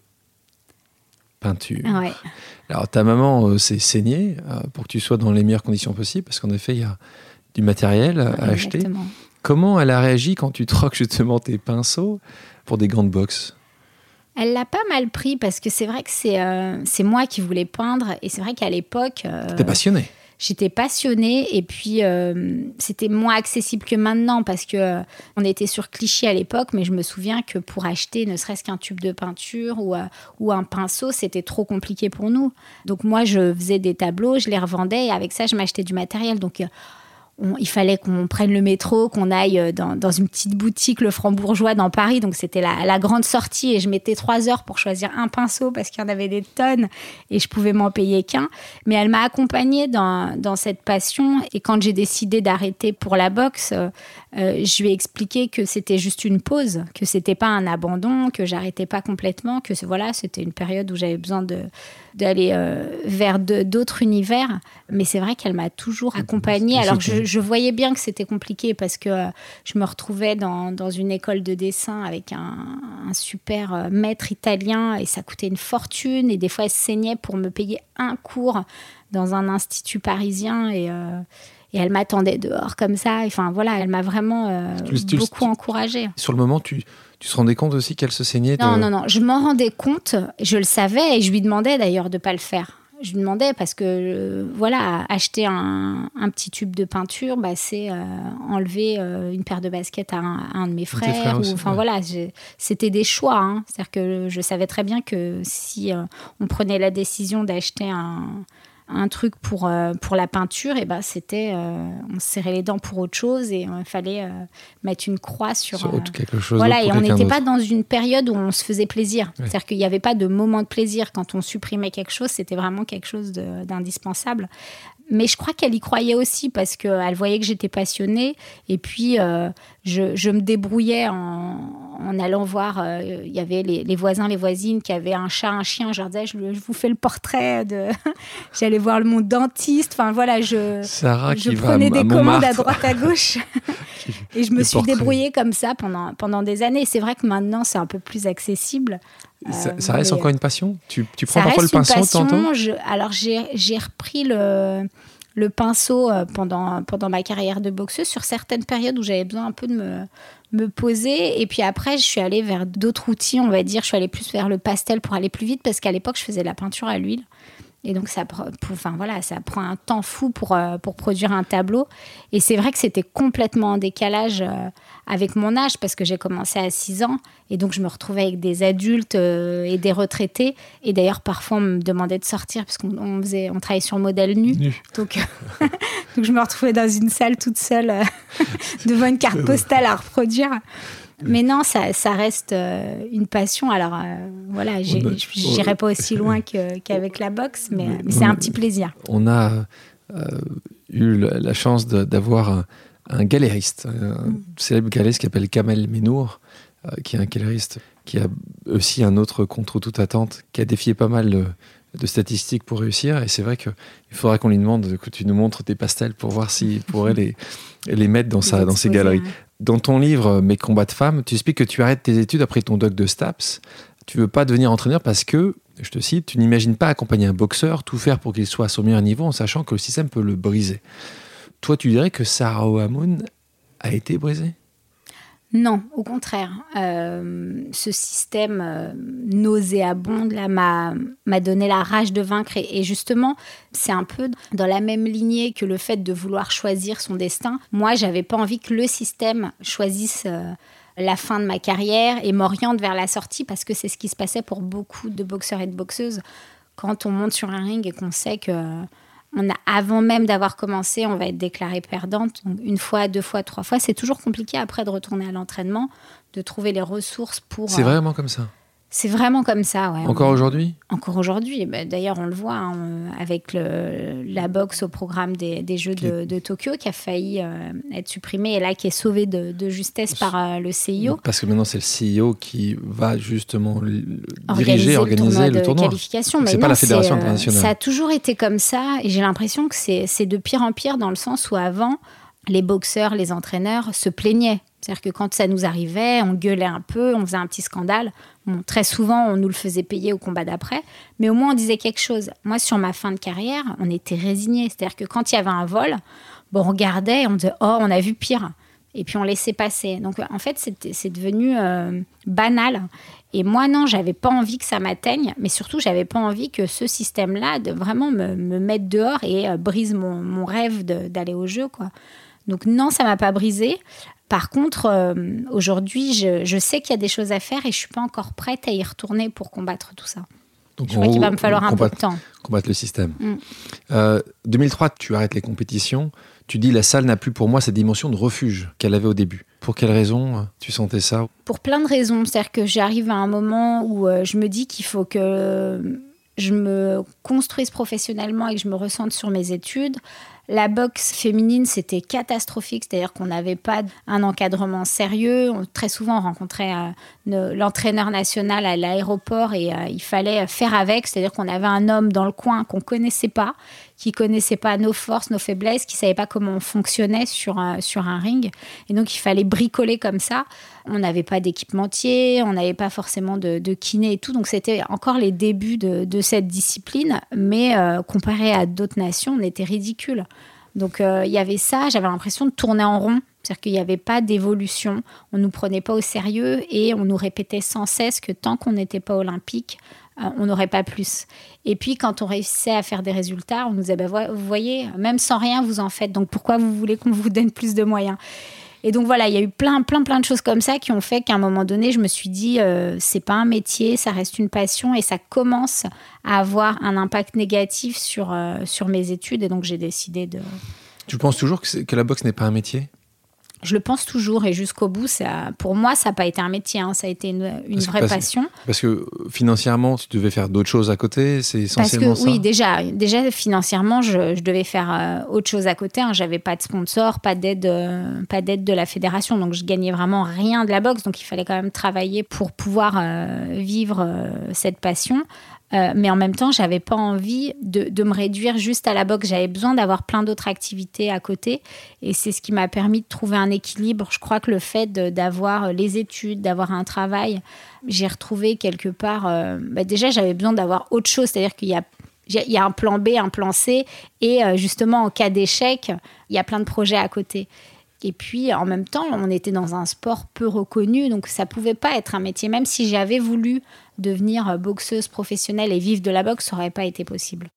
peinture. Ouais. Alors, ta maman s'est saignée pour que tu sois dans les meilleures conditions possibles, parce qu'en effet, il y a du matériel à acheter. Comment elle a réagi quand tu troques justement tes pinceaux pour des gants de boxe ? Elle l'a pas mal pris parce que c'est vrai que c'est moi qui voulais peindre et c'est vrai qu'à l'époque... T'étais passionnée. J'étais passionnée et puis c'était moins accessible que maintenant parce qu'on était sur Clichy à l'époque, mais je me souviens que pour acheter ne serait-ce qu'un tube de peinture ou un pinceau, c'était trop compliqué pour nous. Donc moi, je faisais des tableaux, je les revendais et avec ça, je m'achetais du matériel. Donc il fallait qu'on prenne le métro, qu'on aille dans une petite boutique, le Franc-Bourgeois, dans Paris. Donc, c'était la grande sortie. Et je mettais 3 heures pour choisir un pinceau parce qu'il y en avait des tonnes et je pouvais m'en payer qu'un. Mais elle m'a accompagnée dans cette passion. Et quand j'ai décidé d'arrêter pour la boxe, je lui ai expliqué que c'était juste une pause, que c'était pas un abandon, que j'arrêtais pas complètement, que voilà, c'était une période où j'avais besoin d'aller vers d'autres univers. Mais c'est vrai qu'elle m'a toujours accompagnée. Alors, je voyais bien que c'était compliqué parce que je me retrouvais dans une école de dessin avec un super maître italien et ça coûtait une fortune. Et des fois, elle se saignait pour me payer un cours dans un institut parisien et elle m'attendait dehors comme ça. Enfin, voilà, elle m'a vraiment beaucoup encouragée. Sur le moment, tu te rendais compte aussi qu'elle se saignait Non, je m'en rendais compte. Je le savais et je lui demandais d'ailleurs de ne pas le faire. Je lui demandais parce que, acheter un petit tube de peinture, c'est enlever une paire de baskets à un de mes frères. C'était des choix. Hein. C'est-à-dire que je savais très bien que si on prenait la décision d'acheter un truc pour la peinture, et c'était on se serrait les dents pour autre chose et il fallait mettre une croix sur quelque chose. Voilà, et on n'était pas dans une période où on se faisait plaisir. Ouais. C'est-à-dire qu'il n'y avait pas de moment de plaisir quand on supprimait quelque chose, c'était vraiment quelque chose d'indispensable. Mais je crois qu'elle y croyait aussi parce qu'elle voyait que j'étais passionnée. Et puis, je me débrouillais en allant voir. Il y avait les voisins, les voisines qui avaient un chat, un chien. Je leur disais, je vous fais le portrait de... J'allais voir mon dentiste. Enfin, voilà, je prenais des commandes à droite, à gauche. Et je me suis débrouillée comme ça pendant des années. Et c'est vrai que maintenant, c'est un peu plus accessible. Ça reste encore une passion ? Tu prends parfois le pinceau de temps en temps ? Alors, j'ai repris le pinceau pendant ma carrière de boxeuse sur certaines périodes où j'avais besoin un peu de me poser. Et puis après, je suis allée vers d'autres outils, on va dire. Je suis allée plus vers le pastel pour aller plus vite parce qu'à l'époque, je faisais de la peinture à l'huile. Et donc, ça prend un temps fou pour produire un tableau. Et c'est vrai que c'était complètement en décalage avec mon âge parce que j'ai commencé à 6 ans. Et donc, je me retrouvais avec des adultes et des retraités. Et d'ailleurs, parfois, on me demandait de sortir parce qu'on travaillait sur modèle nu. Donc, je me retrouvais dans une salle toute seule devant une carte postale à reproduire. Mais non, ça reste une passion. Alors, j'irai pas aussi loin qu'avec la boxe, mais c'est un petit plaisir. On a eu la chance d'avoir un galériste, un célèbre galériste qui s'appelle Kamel Menour, qui est un galériste qui a aussi un autre contre toute attente, qui a défié pas mal de statistiques pour réussir. Et c'est vrai qu'il faudra qu'on lui demande que tu nous montres tes pastels pour voir s'il pourrait les mettre dans ses galeries. Ouais. Dans ton livre « Mes combats de femmes », tu expliques que tu arrêtes tes études après ton doc de STAPS. Tu ne veux pas devenir entraîneur parce que, je te cite, tu n'imagines pas accompagner un boxeur, tout faire pour qu'il soit à son meilleur niveau en sachant que le système peut le briser. Toi, tu dirais que Sarah Ohamoun a été brisée ? Non, au contraire. Ce système nauséabond là, m'a donné la rage de vaincre. Et justement, c'est un peu dans la même lignée que le fait de vouloir choisir son destin. Moi, je n'avais pas envie que le système choisisse la fin de ma carrière et m'oriente vers la sortie parce que c'est ce qui se passait pour beaucoup de boxeurs et de boxeuses. Quand on monte sur un ring et qu'on sait que... avant même d'avoir commencé, on va être déclarée perdante. Donc, 1 fois, 2 fois, 3 fois. C'est toujours compliqué après de retourner à l'entraînement, de trouver les ressources pour... C'est vraiment comme ça ? C'est vraiment comme ça, ouais. Encore aujourd'hui ? Encore aujourd'hui. D'ailleurs, on le voit avec la boxe au programme des Jeux de Tokyo qui a failli être supprimé et là qui est sauvé de justesse par le CIO. Parce que maintenant, c'est le CIO qui va justement organiser le tournoi de qualification. C'est pas la fédération internationale. Ça a toujours été comme ça et j'ai l'impression que c'est de pire en pire dans le sens où avant, les boxeurs, les entraîneurs se plaignaient. C'est-à-dire que quand ça nous arrivait, on gueulait un peu, on faisait un petit scandale. Bon, très souvent, on nous le faisait payer au combat d'après, mais au moins on disait quelque chose. Moi, sur ma fin de carrière, on était résignés. C'est-à-dire que quand il y avait un vol, on regardait et on disait « Oh, on a vu pire ». Et puis on laissait passer. Donc en fait, c'est devenu banal. Et moi, non, j'avais pas envie que ça m'atteigne, mais surtout, j'avais pas envie que ce système-là de vraiment me mette dehors et brise mon rêve d'aller au jeu, quoi. Donc non, ça m'a pas brisée. Par contre, aujourd'hui, je sais qu'il y a des choses à faire et je suis pas encore prête à y retourner pour combattre tout ça. Donc, je crois qu'il va me falloir un peu de temps. Combattre le système. 2003, tu arrêtes les compétitions. Tu dis la salle n'a plus pour moi cette dimension de refuge qu'elle avait au début. Pour quelles raisons tu sentais ça ? Pour plein de raisons. C'est-à-dire que j'arrive à un moment où je me dis qu'il faut que je me construise professionnellement et que je me ressente sur mes études. La boxe féminine, c'était catastrophique, c'est-à-dire qu'on n'avait pas un encadrement sérieux. Très souvent, on rencontrait l'entraîneur national à l'aéroport et il fallait faire avec, c'est-à-dire qu'on avait un homme dans le coin qu'on ne connaissait pas, qui ne connaissait pas nos forces, nos faiblesses, qui ne savait pas comment on fonctionnait sur un ring. Et donc, il fallait bricoler comme ça. On n'avait pas d'équipementier, on n'avait pas forcément de kiné et tout. Donc, c'était encore les débuts de cette discipline. Mais comparé à d'autres nations, on était ridicule. Donc, il y avait ça. J'avais l'impression de tourner en rond. C'est-à-dire qu'il n'y avait pas d'évolution. On ne nous prenait pas au sérieux et on nous répétait sans cesse que tant qu'on n'était pas olympique, on n'aurait pas plus. Et puis, quand on réussissait à faire des résultats, on nous disait, vous voyez, même sans rien, vous en faites. Donc, pourquoi vous voulez qu'on vous donne plus de moyens ? Et donc, voilà, il y a eu plein de choses comme ça qui ont fait qu'à un moment donné, je me suis dit, c'est pas un métier, ça reste une passion et ça commence à avoir un impact négatif sur mes études. Et donc, j'ai décidé de... Tu penses toujours que la boxe n'est pas un métier ? Je le pense toujours et jusqu'au bout, pour moi, ça n'a pas été un métier, ça a été une vraie passion. Parce que financièrement, tu devais faire d'autres choses à côté, c'est essentiellement ça ? Oui, déjà financièrement, je devais faire autre chose à côté. Je n'avais pas de sponsor, pas d'aide de la fédération, donc je gagnais vraiment rien de la boxe. Donc il fallait quand même travailler pour pouvoir vivre cette passion. Mais en même temps, je n'avais pas envie de me réduire juste à la boxe. J'avais besoin d'avoir plein d'autres activités à côté. Et c'est ce qui m'a permis de trouver un équilibre. Je crois que le fait d'avoir les études, d'avoir un travail, j'ai retrouvé quelque part... déjà, j'avais besoin d'avoir autre chose. C'est-à-dire qu'il y a un plan B, un plan C. Et justement, en cas d'échec, il y a plein de projets à côté. Et puis, en même temps, on était dans un sport peu reconnu, donc ça ne pouvait pas être un métier. Même si j'avais voulu devenir boxeuse professionnelle et vivre de la boxe, ça n'aurait pas été possible.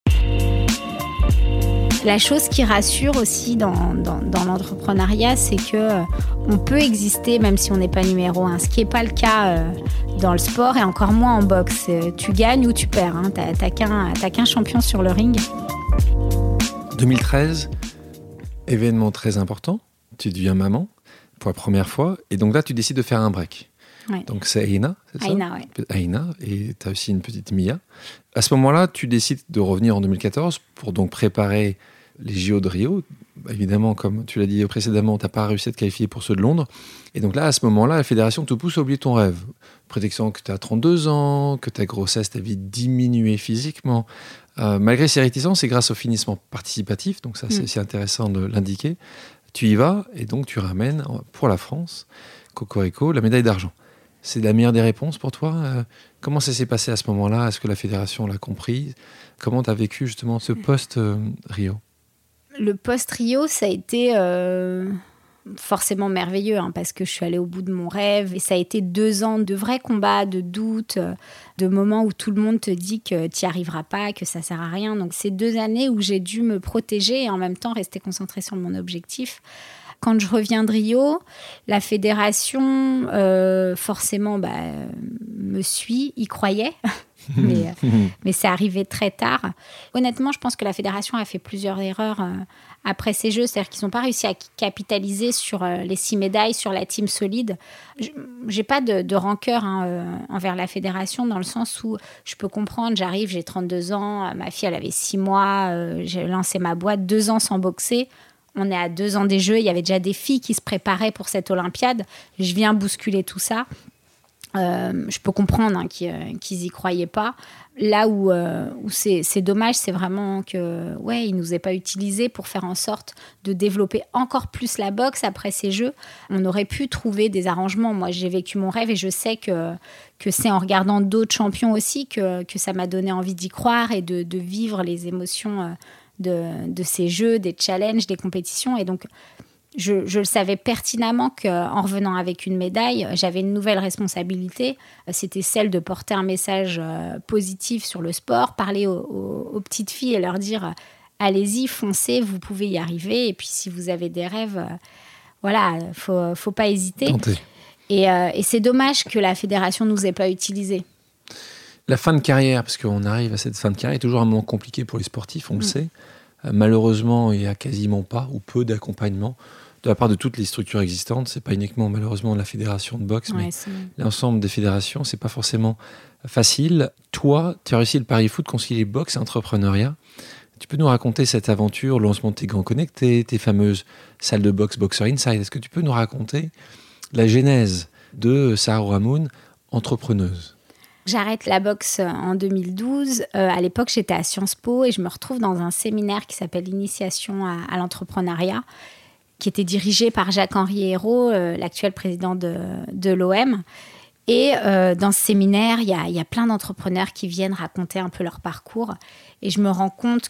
La chose qui rassure aussi dans l'entrepreneuriat, c'est qu'on peut exister même si on n'est pas numéro 1. Ce qui n'est pas le cas dans le sport et encore moins en boxe. Tu gagnes ou tu perds. T'as qu'un champion sur le ring. 2013, événement très important. Tu deviens maman pour la première fois. Et donc là, tu décides de faire un break. Ouais. Donc c'est Aïna, c'est ça ? Aïna, oui. Aïna, et tu as aussi une petite Mia. À ce moment-là, tu décides de revenir en 2014 pour donc préparer les JO de Rio. Évidemment, comme tu l'as dit précédemment, tu n'as pas réussi à te qualifier pour ceux de Londres. Et donc là, à ce moment-là, la fédération te pousse à oublier ton rêve. Prétextant que tu as 32 ans, que ta grossesse t'a vite diminué physiquement. Malgré ces réticences, c'est grâce au finissement participatif, donc ça c'est intéressant de l'indiquer. Tu y vas et donc tu ramènes pour la France, Cocorico, la médaille d'argent. C'est la meilleure des réponses pour toi ? Comment ça s'est passé à ce moment-là ? Est-ce que la fédération l'a compris ? Comment tu as vécu justement ce post-Rio ? Le post-Rio, ça a été forcément merveilleux parce que je suis allée au bout de mon rêve et ça a été 2 ans de vrais combats, de doutes, de moments où tout le monde te dit que tu n'y arriveras pas, que ça ne sert à rien. Donc, c'est 2 années où j'ai dû me protéger et en même temps rester concentrée sur mon objectif. Quand je reviens de Rio, la fédération, forcément, me suit, y croyait. mais c'est arrivé très tard. Honnêtement, je pense que la fédération a fait plusieurs erreurs après ces Jeux. C'est-à-dire qu'ils n'ont pas réussi à capitaliser sur les 6 médailles, sur la team solide. J'ai pas de rancœur envers la fédération dans le sens où je peux comprendre, j'arrive, j'ai 32 ans, ma fille, elle avait 6 mois, j'ai lancé ma boîte, 2 ans sans boxer. On est à 2 ans des Jeux, il y avait déjà des filles qui se préparaient pour cette Olympiade. Je viens bousculer tout ça. Je peux comprendre qu'ils y croyaient pas. Là où c'est dommage, c'est vraiment que ils nous aient pas utilisés pour faire en sorte de développer encore plus la boxe après ces Jeux. On aurait pu trouver des arrangements. Moi, j'ai vécu mon rêve et je sais que c'est en regardant d'autres champions aussi que ça m'a donné envie d'y croire et de vivre les émotions de ces Jeux, des challenges, des compétitions. Et donc, je le savais pertinemment qu'en revenant avec une médaille, j'avais une nouvelle responsabilité. C'était celle de porter un message positif sur le sport, parler aux petites filles et leur dire « Allez-y, foncez, vous pouvez y arriver. Et puis, si vous avez des rêves, faut pas hésiter. » Et c'est dommage que la fédération ne nous ait pas utilisés. La fin de carrière, parce qu'on arrive à cette fin de carrière, est toujours un moment compliqué pour les sportifs, on le sait. Malheureusement, il n'y a quasiment pas ou peu d'accompagnement de la part de toutes les structures existantes. C'est pas uniquement malheureusement la fédération de boxe, mais l'ensemble des fédérations, c'est pas forcément facile. Toi, tu as réussi le pari fou de concilier boxe et entrepreneuriat. Tu peux nous raconter cette aventure, le lancement de tes gants connectés, tes fameuses salles de boxe Boxer Inside. Est-ce que tu peux nous raconter la genèse de Sahar Ramoun, entrepreneuse? J'arrête la boxe en 2012. À l'époque, j'étais à Sciences Po et je me retrouve dans un séminaire qui s'appelle l'Initiation à l'entrepreneuriat, qui était dirigé par Jacques-Henri Hérault, l'actuel président de l'OM. Et dans ce séminaire, il y a plein d'entrepreneurs qui viennent raconter un peu leur parcours. Et je me rends compte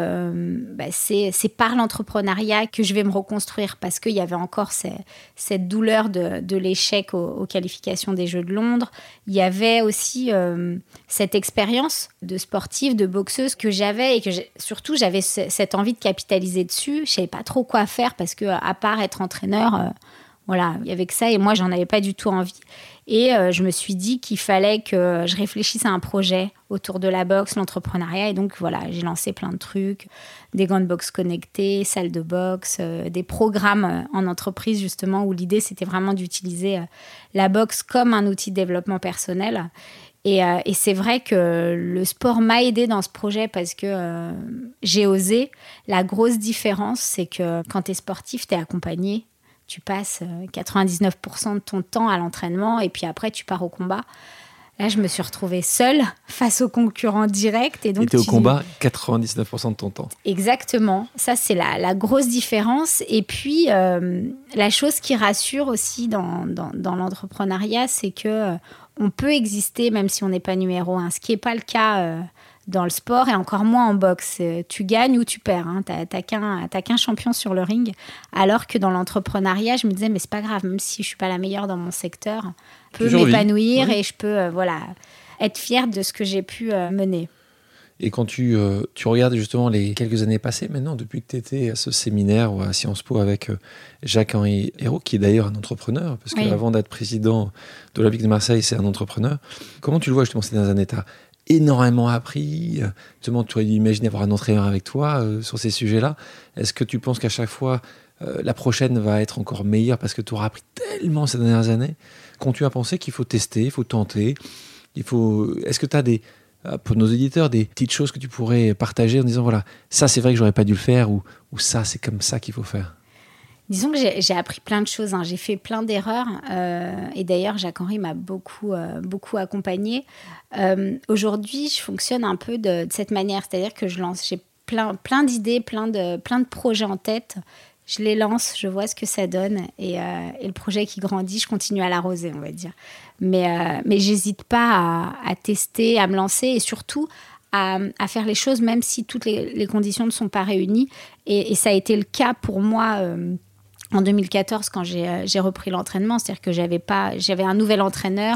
que c'est par l'entrepreneuriat que je vais me reconstruire, parce qu'il y avait encore cette douleur de l'échec aux qualifications des Jeux de Londres. Il y avait aussi cette expérience de sportive, de boxeuse que j'avais, et que surtout j'avais cette envie de capitaliser dessus. Je ne savais pas trop quoi faire, parce qu'à part être entraîneur, voilà, il y avait que ça, et moi, j'en avais pas du tout envie. Et je me suis dit qu'il fallait que je réfléchisse à un projet autour de la boxe, l'entrepreneuriat. Et donc, voilà, j'ai lancé plein de trucs, des gants de boxe connectés, salles de boxe, des programmes en entreprise, justement, où l'idée, c'était vraiment d'utiliser la boxe comme un outil de développement personnel. Et c'est vrai que le sport m'a aidée dans ce projet, parce que j'ai osé. La grosse différence, c'est que quand tu es sportif, tu es accompagné. Tu passes 99% de ton temps à l'entraînement et puis après, tu pars au combat. Là, je me suis retrouvée seule face aux concurrents directs. Et donc, tu étais au combat 99% de ton temps. Exactement. Ça, c'est la grosse différence. Et puis, la chose qui rassure aussi dans l'entrepreneuriat, c'est qu'on peut exister même si on n'est pas numéro 1. Ce qui n'est pas le cas dans le sport, et encore moins en boxe. Tu gagnes ou tu perds. Hein. T'as qu'un champion sur le ring. Alors que dans l'entrepreneuriat, je me disais, mais c'est pas grave, même si je suis pas la meilleure dans mon secteur, je peux m'épanouir et je peux être fière de ce que j'ai pu mener. Et quand tu regardes justement les quelques années passées maintenant, depuis que tu étais à ce séminaire ou à Sciences Po avec Jacques-Henri Hérault, qui est d'ailleurs un entrepreneur, parce qu'avant d'être président de l'Olympique de Marseille, c'est un entrepreneur. Comment tu le vois justement ces dernières années? T'as énormément appris. Justement, tu aurais dû imaginer avoir un entraîneur avec toi sur ces sujets-là. Est-ce que tu penses qu'à chaque fois, la prochaine va être encore meilleure parce que tu auras appris tellement ces dernières années? Continue à penser qu'il faut tester, il faut tenter. Est-ce que tu as pour nos auditeurs, des petites choses que tu pourrais partager en disant, voilà, ça c'est vrai que j'aurais pas dû le faire, ou ça c'est comme ça qu'il faut faire? Disons que j'ai appris plein de choses, hein. J'ai fait plein d'erreurs et d'ailleurs Jacques-Henri m'a beaucoup accompagnée. Aujourd'hui, je fonctionne un peu de cette manière, c'est-à-dire que j'ai plein d'idées, plein de projets en tête. Je les lance, je vois ce que ça donne et le projet qui grandit, je continue à l'arroser, on va dire. Mais j'hésite pas à tester, à me lancer et surtout à faire les choses même si toutes les conditions ne sont pas réunies. Et ça a été le cas pour moi en 2014 quand j'ai repris l'entraînement. C'est-à-dire que j'avais un nouvel entraîneur,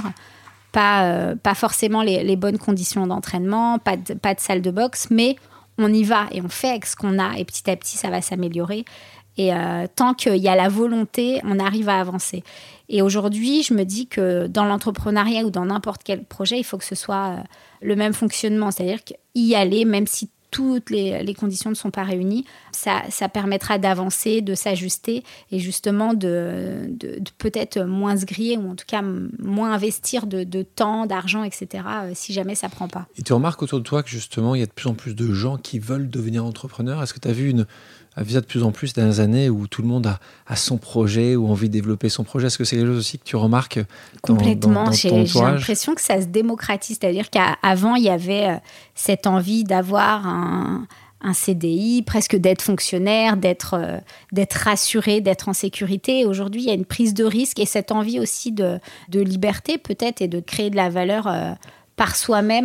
pas forcément les bonnes conditions d'entraînement, pas de salle de boxe, mais on y va et on fait avec ce qu'on a et petit à petit ça va s'améliorer. Et tant qu'il y a la volonté, on arrive à avancer. Et aujourd'hui, je me dis que dans l'entrepreneuriat ou dans n'importe quel projet, il faut que ce soit le même fonctionnement. C'est-à-dire qu'y aller, même si toutes les conditions ne sont pas réunies, ça permettra d'avancer, de s'ajuster et justement de peut-être moins se griller ou en tout cas moins investir de temps, d'argent, etc. Si jamais ça ne prend pas. Et tu remarques autour de toi que justement, il y a de plus en plus de gens qui veulent devenir entrepreneurs. Est-ce que tu as vu ça de plus en plus ces dernières années où tout le monde a son projet ou envie de développer son projet? Est-ce que c'est quelque chose aussi que tu remarques complètement? Dans J'ai l'impression que ça se démocratise. C'est-à-dire qu'avant, il y avait cette envie d'avoir un CDI, presque d'être fonctionnaire, d'être rassuré, d'être en sécurité. Et aujourd'hui, il y a une prise de risque et cette envie aussi de liberté peut-être et de créer de la valeur par soi-même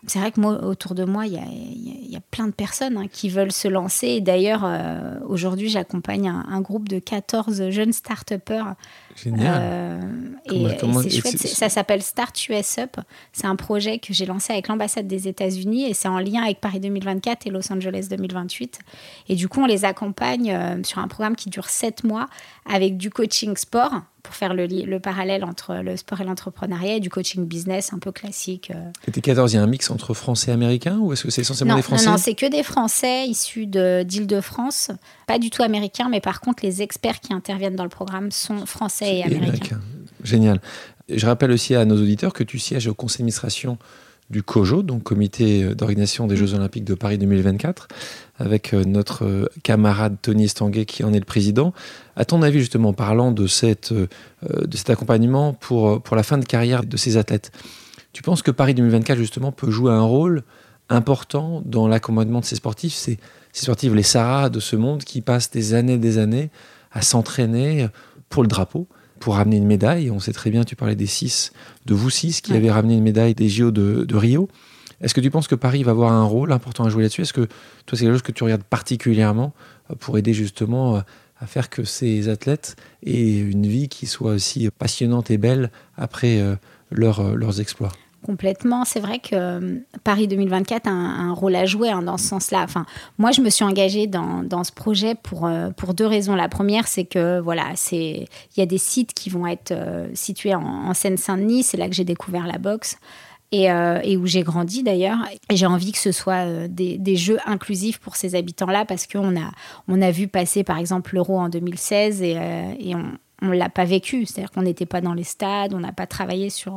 C'est vrai que moi, autour de moi, il y a plein de personnes qui veulent se lancer. Et d'ailleurs, aujourd'hui, j'accompagne un groupe de 14 jeunes start-upers. Génial. Et c'est chouette. Ça s'appelle Start US Up. C'est un projet que j'ai lancé avec l'ambassade des États-Unis et c'est en lien avec Paris 2024 et Los Angeles 2028. Et du coup, on les accompagne sur un programme qui dure 7 mois avec du coaching sport pour faire le parallèle entre le sport et l'entrepreneuriat et du coaching business un peu classique. Et tes 14, il y a un mix entre français et américain ou est-ce que c'est essentiellement des Français ? Non, c'est que des Français issus d'Île-de-France, pas du tout américains, mais par contre, les experts qui interviennent dans le programme sont français et américains. Génial. Je rappelle aussi à nos auditeurs que tu sièges au conseil d'administration du COJO, donc Comité d'organisation des Jeux Olympiques de Paris 2024, avec notre camarade Tony Estanguet qui en est le président. À ton avis, justement, en parlant de cet accompagnement pour la fin de carrière de ces athlètes, tu penses que Paris 2024, justement, peut jouer un rôle important dans l'accompagnement de ces sportifs, ces sportifs, les Sarah de ce monde, qui passent des années à s'entraîner pour le drapeau, pour ramener une médaille. On sait très bien, tu parlais de vous six qui avaient ramené une médaille des JO de Rio. Est-ce que tu penses que Paris va avoir un rôle important à jouer là-dessus ? Est-ce que toi, c'est quelque chose que tu regardes particulièrement pour aider justement à faire que ces athlètes aient une vie qui soit aussi passionnante et belle après leurs exploits ? Complètement. C'est vrai que Paris 2024 a un rôle à jouer dans ce sens-là. Enfin, moi, je me suis engagée dans ce projet pour 2 raisons. La première, c'est que il y a des sites qui vont être situés en Seine-Saint-Denis. C'est là que j'ai découvert la boxe et où j'ai grandi d'ailleurs. Et j'ai envie que ce soit des jeux inclusifs pour ces habitants-là parce qu'on a vu passer par exemple l'Euro en 2016 et on ne l'a pas vécu, c'est-à-dire qu'on n'était pas dans les stades, on n'a pas travaillé sur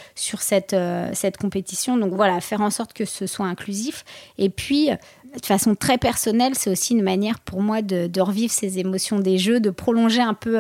cette compétition. Donc voilà, faire en sorte que ce soit inclusif. Et puis, de façon très personnelle, c'est aussi une manière pour moi de revivre ces émotions des Jeux, de prolonger un peu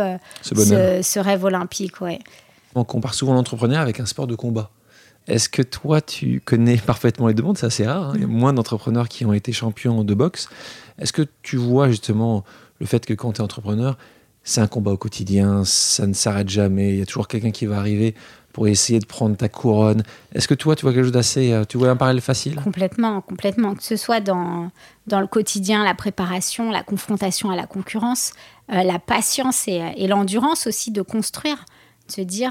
ce rêve olympique. Ouais. On compare souvent l'entrepreneuriat avec un sport de combat. Est-ce que toi, tu connais parfaitement les deux mondes ? C'est assez rare, il y a moins d'entrepreneurs qui ont été champions de boxe. Est-ce que tu vois justement le fait que quand tu es entrepreneur, c'est un combat au quotidien, ça ne s'arrête jamais, il y a toujours quelqu'un qui va arriver pour essayer de prendre ta couronne. Est-ce que toi, tu vois quelque chose d'assez... Tu vois un parallèle facile ? Complètement. Que ce soit dans le quotidien, la préparation, la confrontation à la concurrence, la patience et l'endurance aussi de construire, de se dire...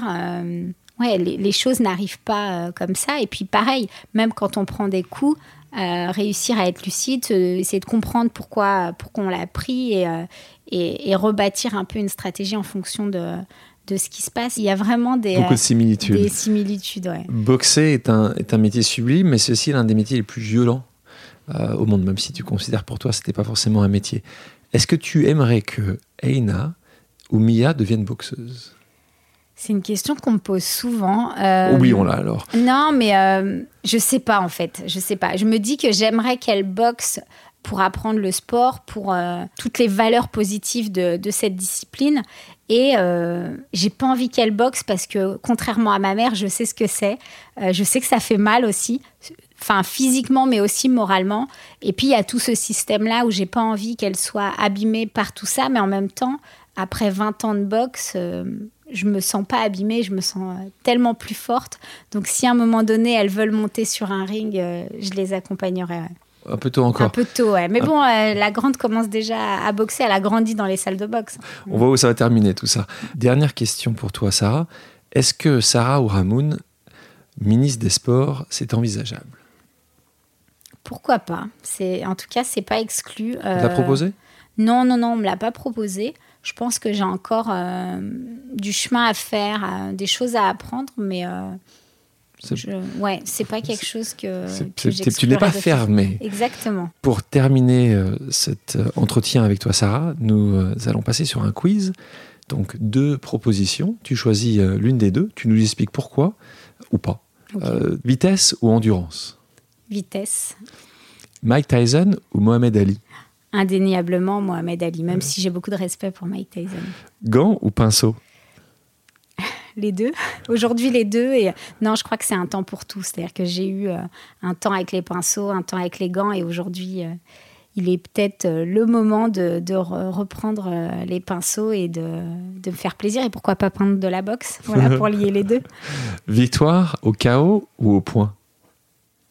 les choses n'arrivent pas comme ça. Et puis pareil, même quand on prend des coups, réussir à être lucide, essayer de comprendre pourquoi on l'a pris et rebâtir un peu une stratégie en fonction de ce qui se passe. Il y a vraiment beaucoup de similitudes. Des similitudes, ouais. Boxer est un métier sublime, mais c'est aussi l'un des métiers les plus violents au monde, même si tu considères pour toi que ce n'était pas forcément un métier. Est-ce que tu aimerais que Aina ou Mia deviennent boxeuses ? C'est une question qu'on me pose souvent. Oublions-la alors. Non, mais je sais pas en fait. Je sais pas. Je me dis que j'aimerais qu'elle boxe pour apprendre le sport, pour toutes les valeurs positives de cette discipline. Et j'ai pas envie qu'elle boxe parce que, contrairement à ma mère, je sais ce que c'est. Je sais que ça fait mal aussi. Enfin, physiquement, mais aussi moralement. Et puis, il y a tout ce système-là où j'ai pas envie qu'elle soit abîmée par tout ça. Mais en même temps, après 20 ans de boxe... je me sens pas abîmée, je me sens tellement plus forte. Donc, si à un moment donné, elles veulent monter sur un ring, je les accompagnerai. Ouais. Un peu tôt encore. Un peu tôt, ouais. Mais bon, la grande commence déjà à boxer. Elle a grandi dans les salles de boxe. On voit où ça va terminer, tout ça. Dernière question pour toi, Sarah. Est-ce que Sarah Ourahmoune, ministre des Sports, c'est envisageable ? Pourquoi pas ? En tout cas, c'est pas exclu. On t'a proposé ? Non, on me l'a pas proposé. Je pense que j'ai encore du chemin à faire, des choses à apprendre, mais c'est pas quelque chose que tu n'es pas fermé. Exactement. Pour terminer cet entretien avec toi, Sarah, nous allons passer sur un quiz. Donc, 2 propositions. Tu choisis l'une des 2. Tu nous expliques pourquoi ou pas. Okay. Vitesse ou endurance ? Vitesse. Mike Tyson ou Mohamed Ali ? Indéniablement Mohamed Ali, même si j'ai beaucoup de respect pour Mike Tyson. Gants ou pinceau ? Les 2. Aujourd'hui, les 2. Et non, je crois que c'est un temps pour tout. C'est-à-dire que j'ai eu un temps avec les pinceaux, un temps avec les gants. Et aujourd'hui, il est peut-être le moment de reprendre les pinceaux et de me faire plaisir. Et pourquoi pas prendre de la boxe, pour lier les 2. Victoire au KO ou au point ?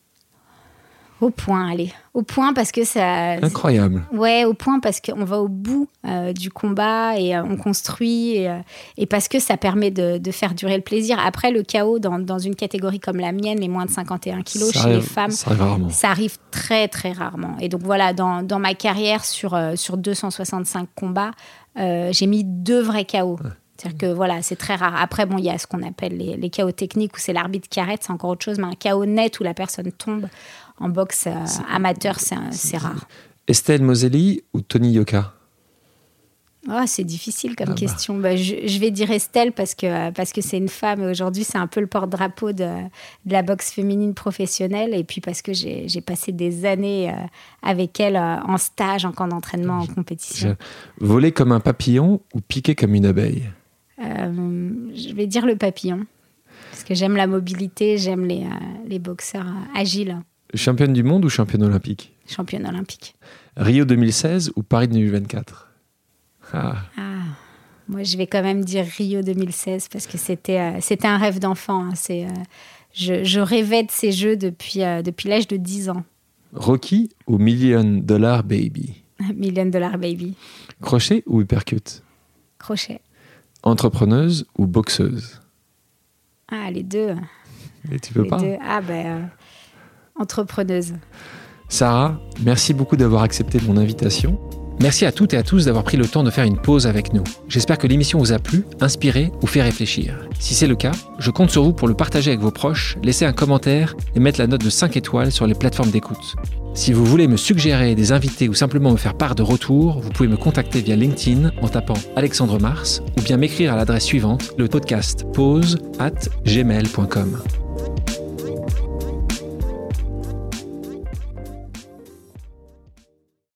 Au point, allez. Au point parce que ça... Incroyable. Ouais, au point parce qu'on va au bout du combat et on construit et parce que ça permet de faire durer le plaisir. Après, le chaos dans une catégorie comme la mienne, les moins de 51 kilos chez les femmes, ça arrive très, très rarement. Et donc voilà, dans ma carrière, sur 265 combats, j'ai mis 2 vrais chaos. Ouais. C'est-à-dire que voilà, c'est très rare. Après, bon, il y a ce qu'on appelle les chaos techniques où c'est l'arbitre qui arrête, c'est encore autre chose, mais un chaos net où la personne tombe en boxe amateur, c'est rare. Estelle Moselli ou Tony Yoka? C'est difficile comme question. Je vais dire Estelle parce que c'est une femme et aujourd'hui, c'est un peu le porte-drapeau de la boxe féminine professionnelle. Et puis parce que j'ai passé des années avec elle en stage, en camp d'entraînement, en compétition. Voler comme un papillon ou piquer comme une abeille? Je vais dire le papillon. Parce que j'aime la mobilité, j'aime les boxeurs agiles. Championne du monde ou championne olympique? Championne olympique. Rio 2016 ou Paris 2024? Moi, je vais quand même dire Rio 2016 parce que c'était un rêve d'enfant. Je rêvais de ces jeux depuis l'âge de 10 ans. Rocky ou $1 Million Baby? $1 Million Baby. Crochet ou uppercut? Crochet. Entrepreneuse ou boxeuse? Les deux. Et tu peux pas? Deux. Entrepreneuse. Sarah, merci beaucoup d'avoir accepté mon invitation. Merci à toutes et à tous d'avoir pris le temps de faire une pause avec nous. J'espère que l'émission vous a plu, inspiré ou fait réfléchir. Si c'est le cas, je compte sur vous pour le partager avec vos proches, laisser un commentaire et mettre la note de 5 étoiles sur les plateformes d'écoute. Si vous voulez me suggérer des invités ou simplement me faire part de retours, vous pouvez me contacter via LinkedIn en tapant Alexandre Mars ou bien m'écrire à l'adresse suivante, le podcast pause@gmail.com.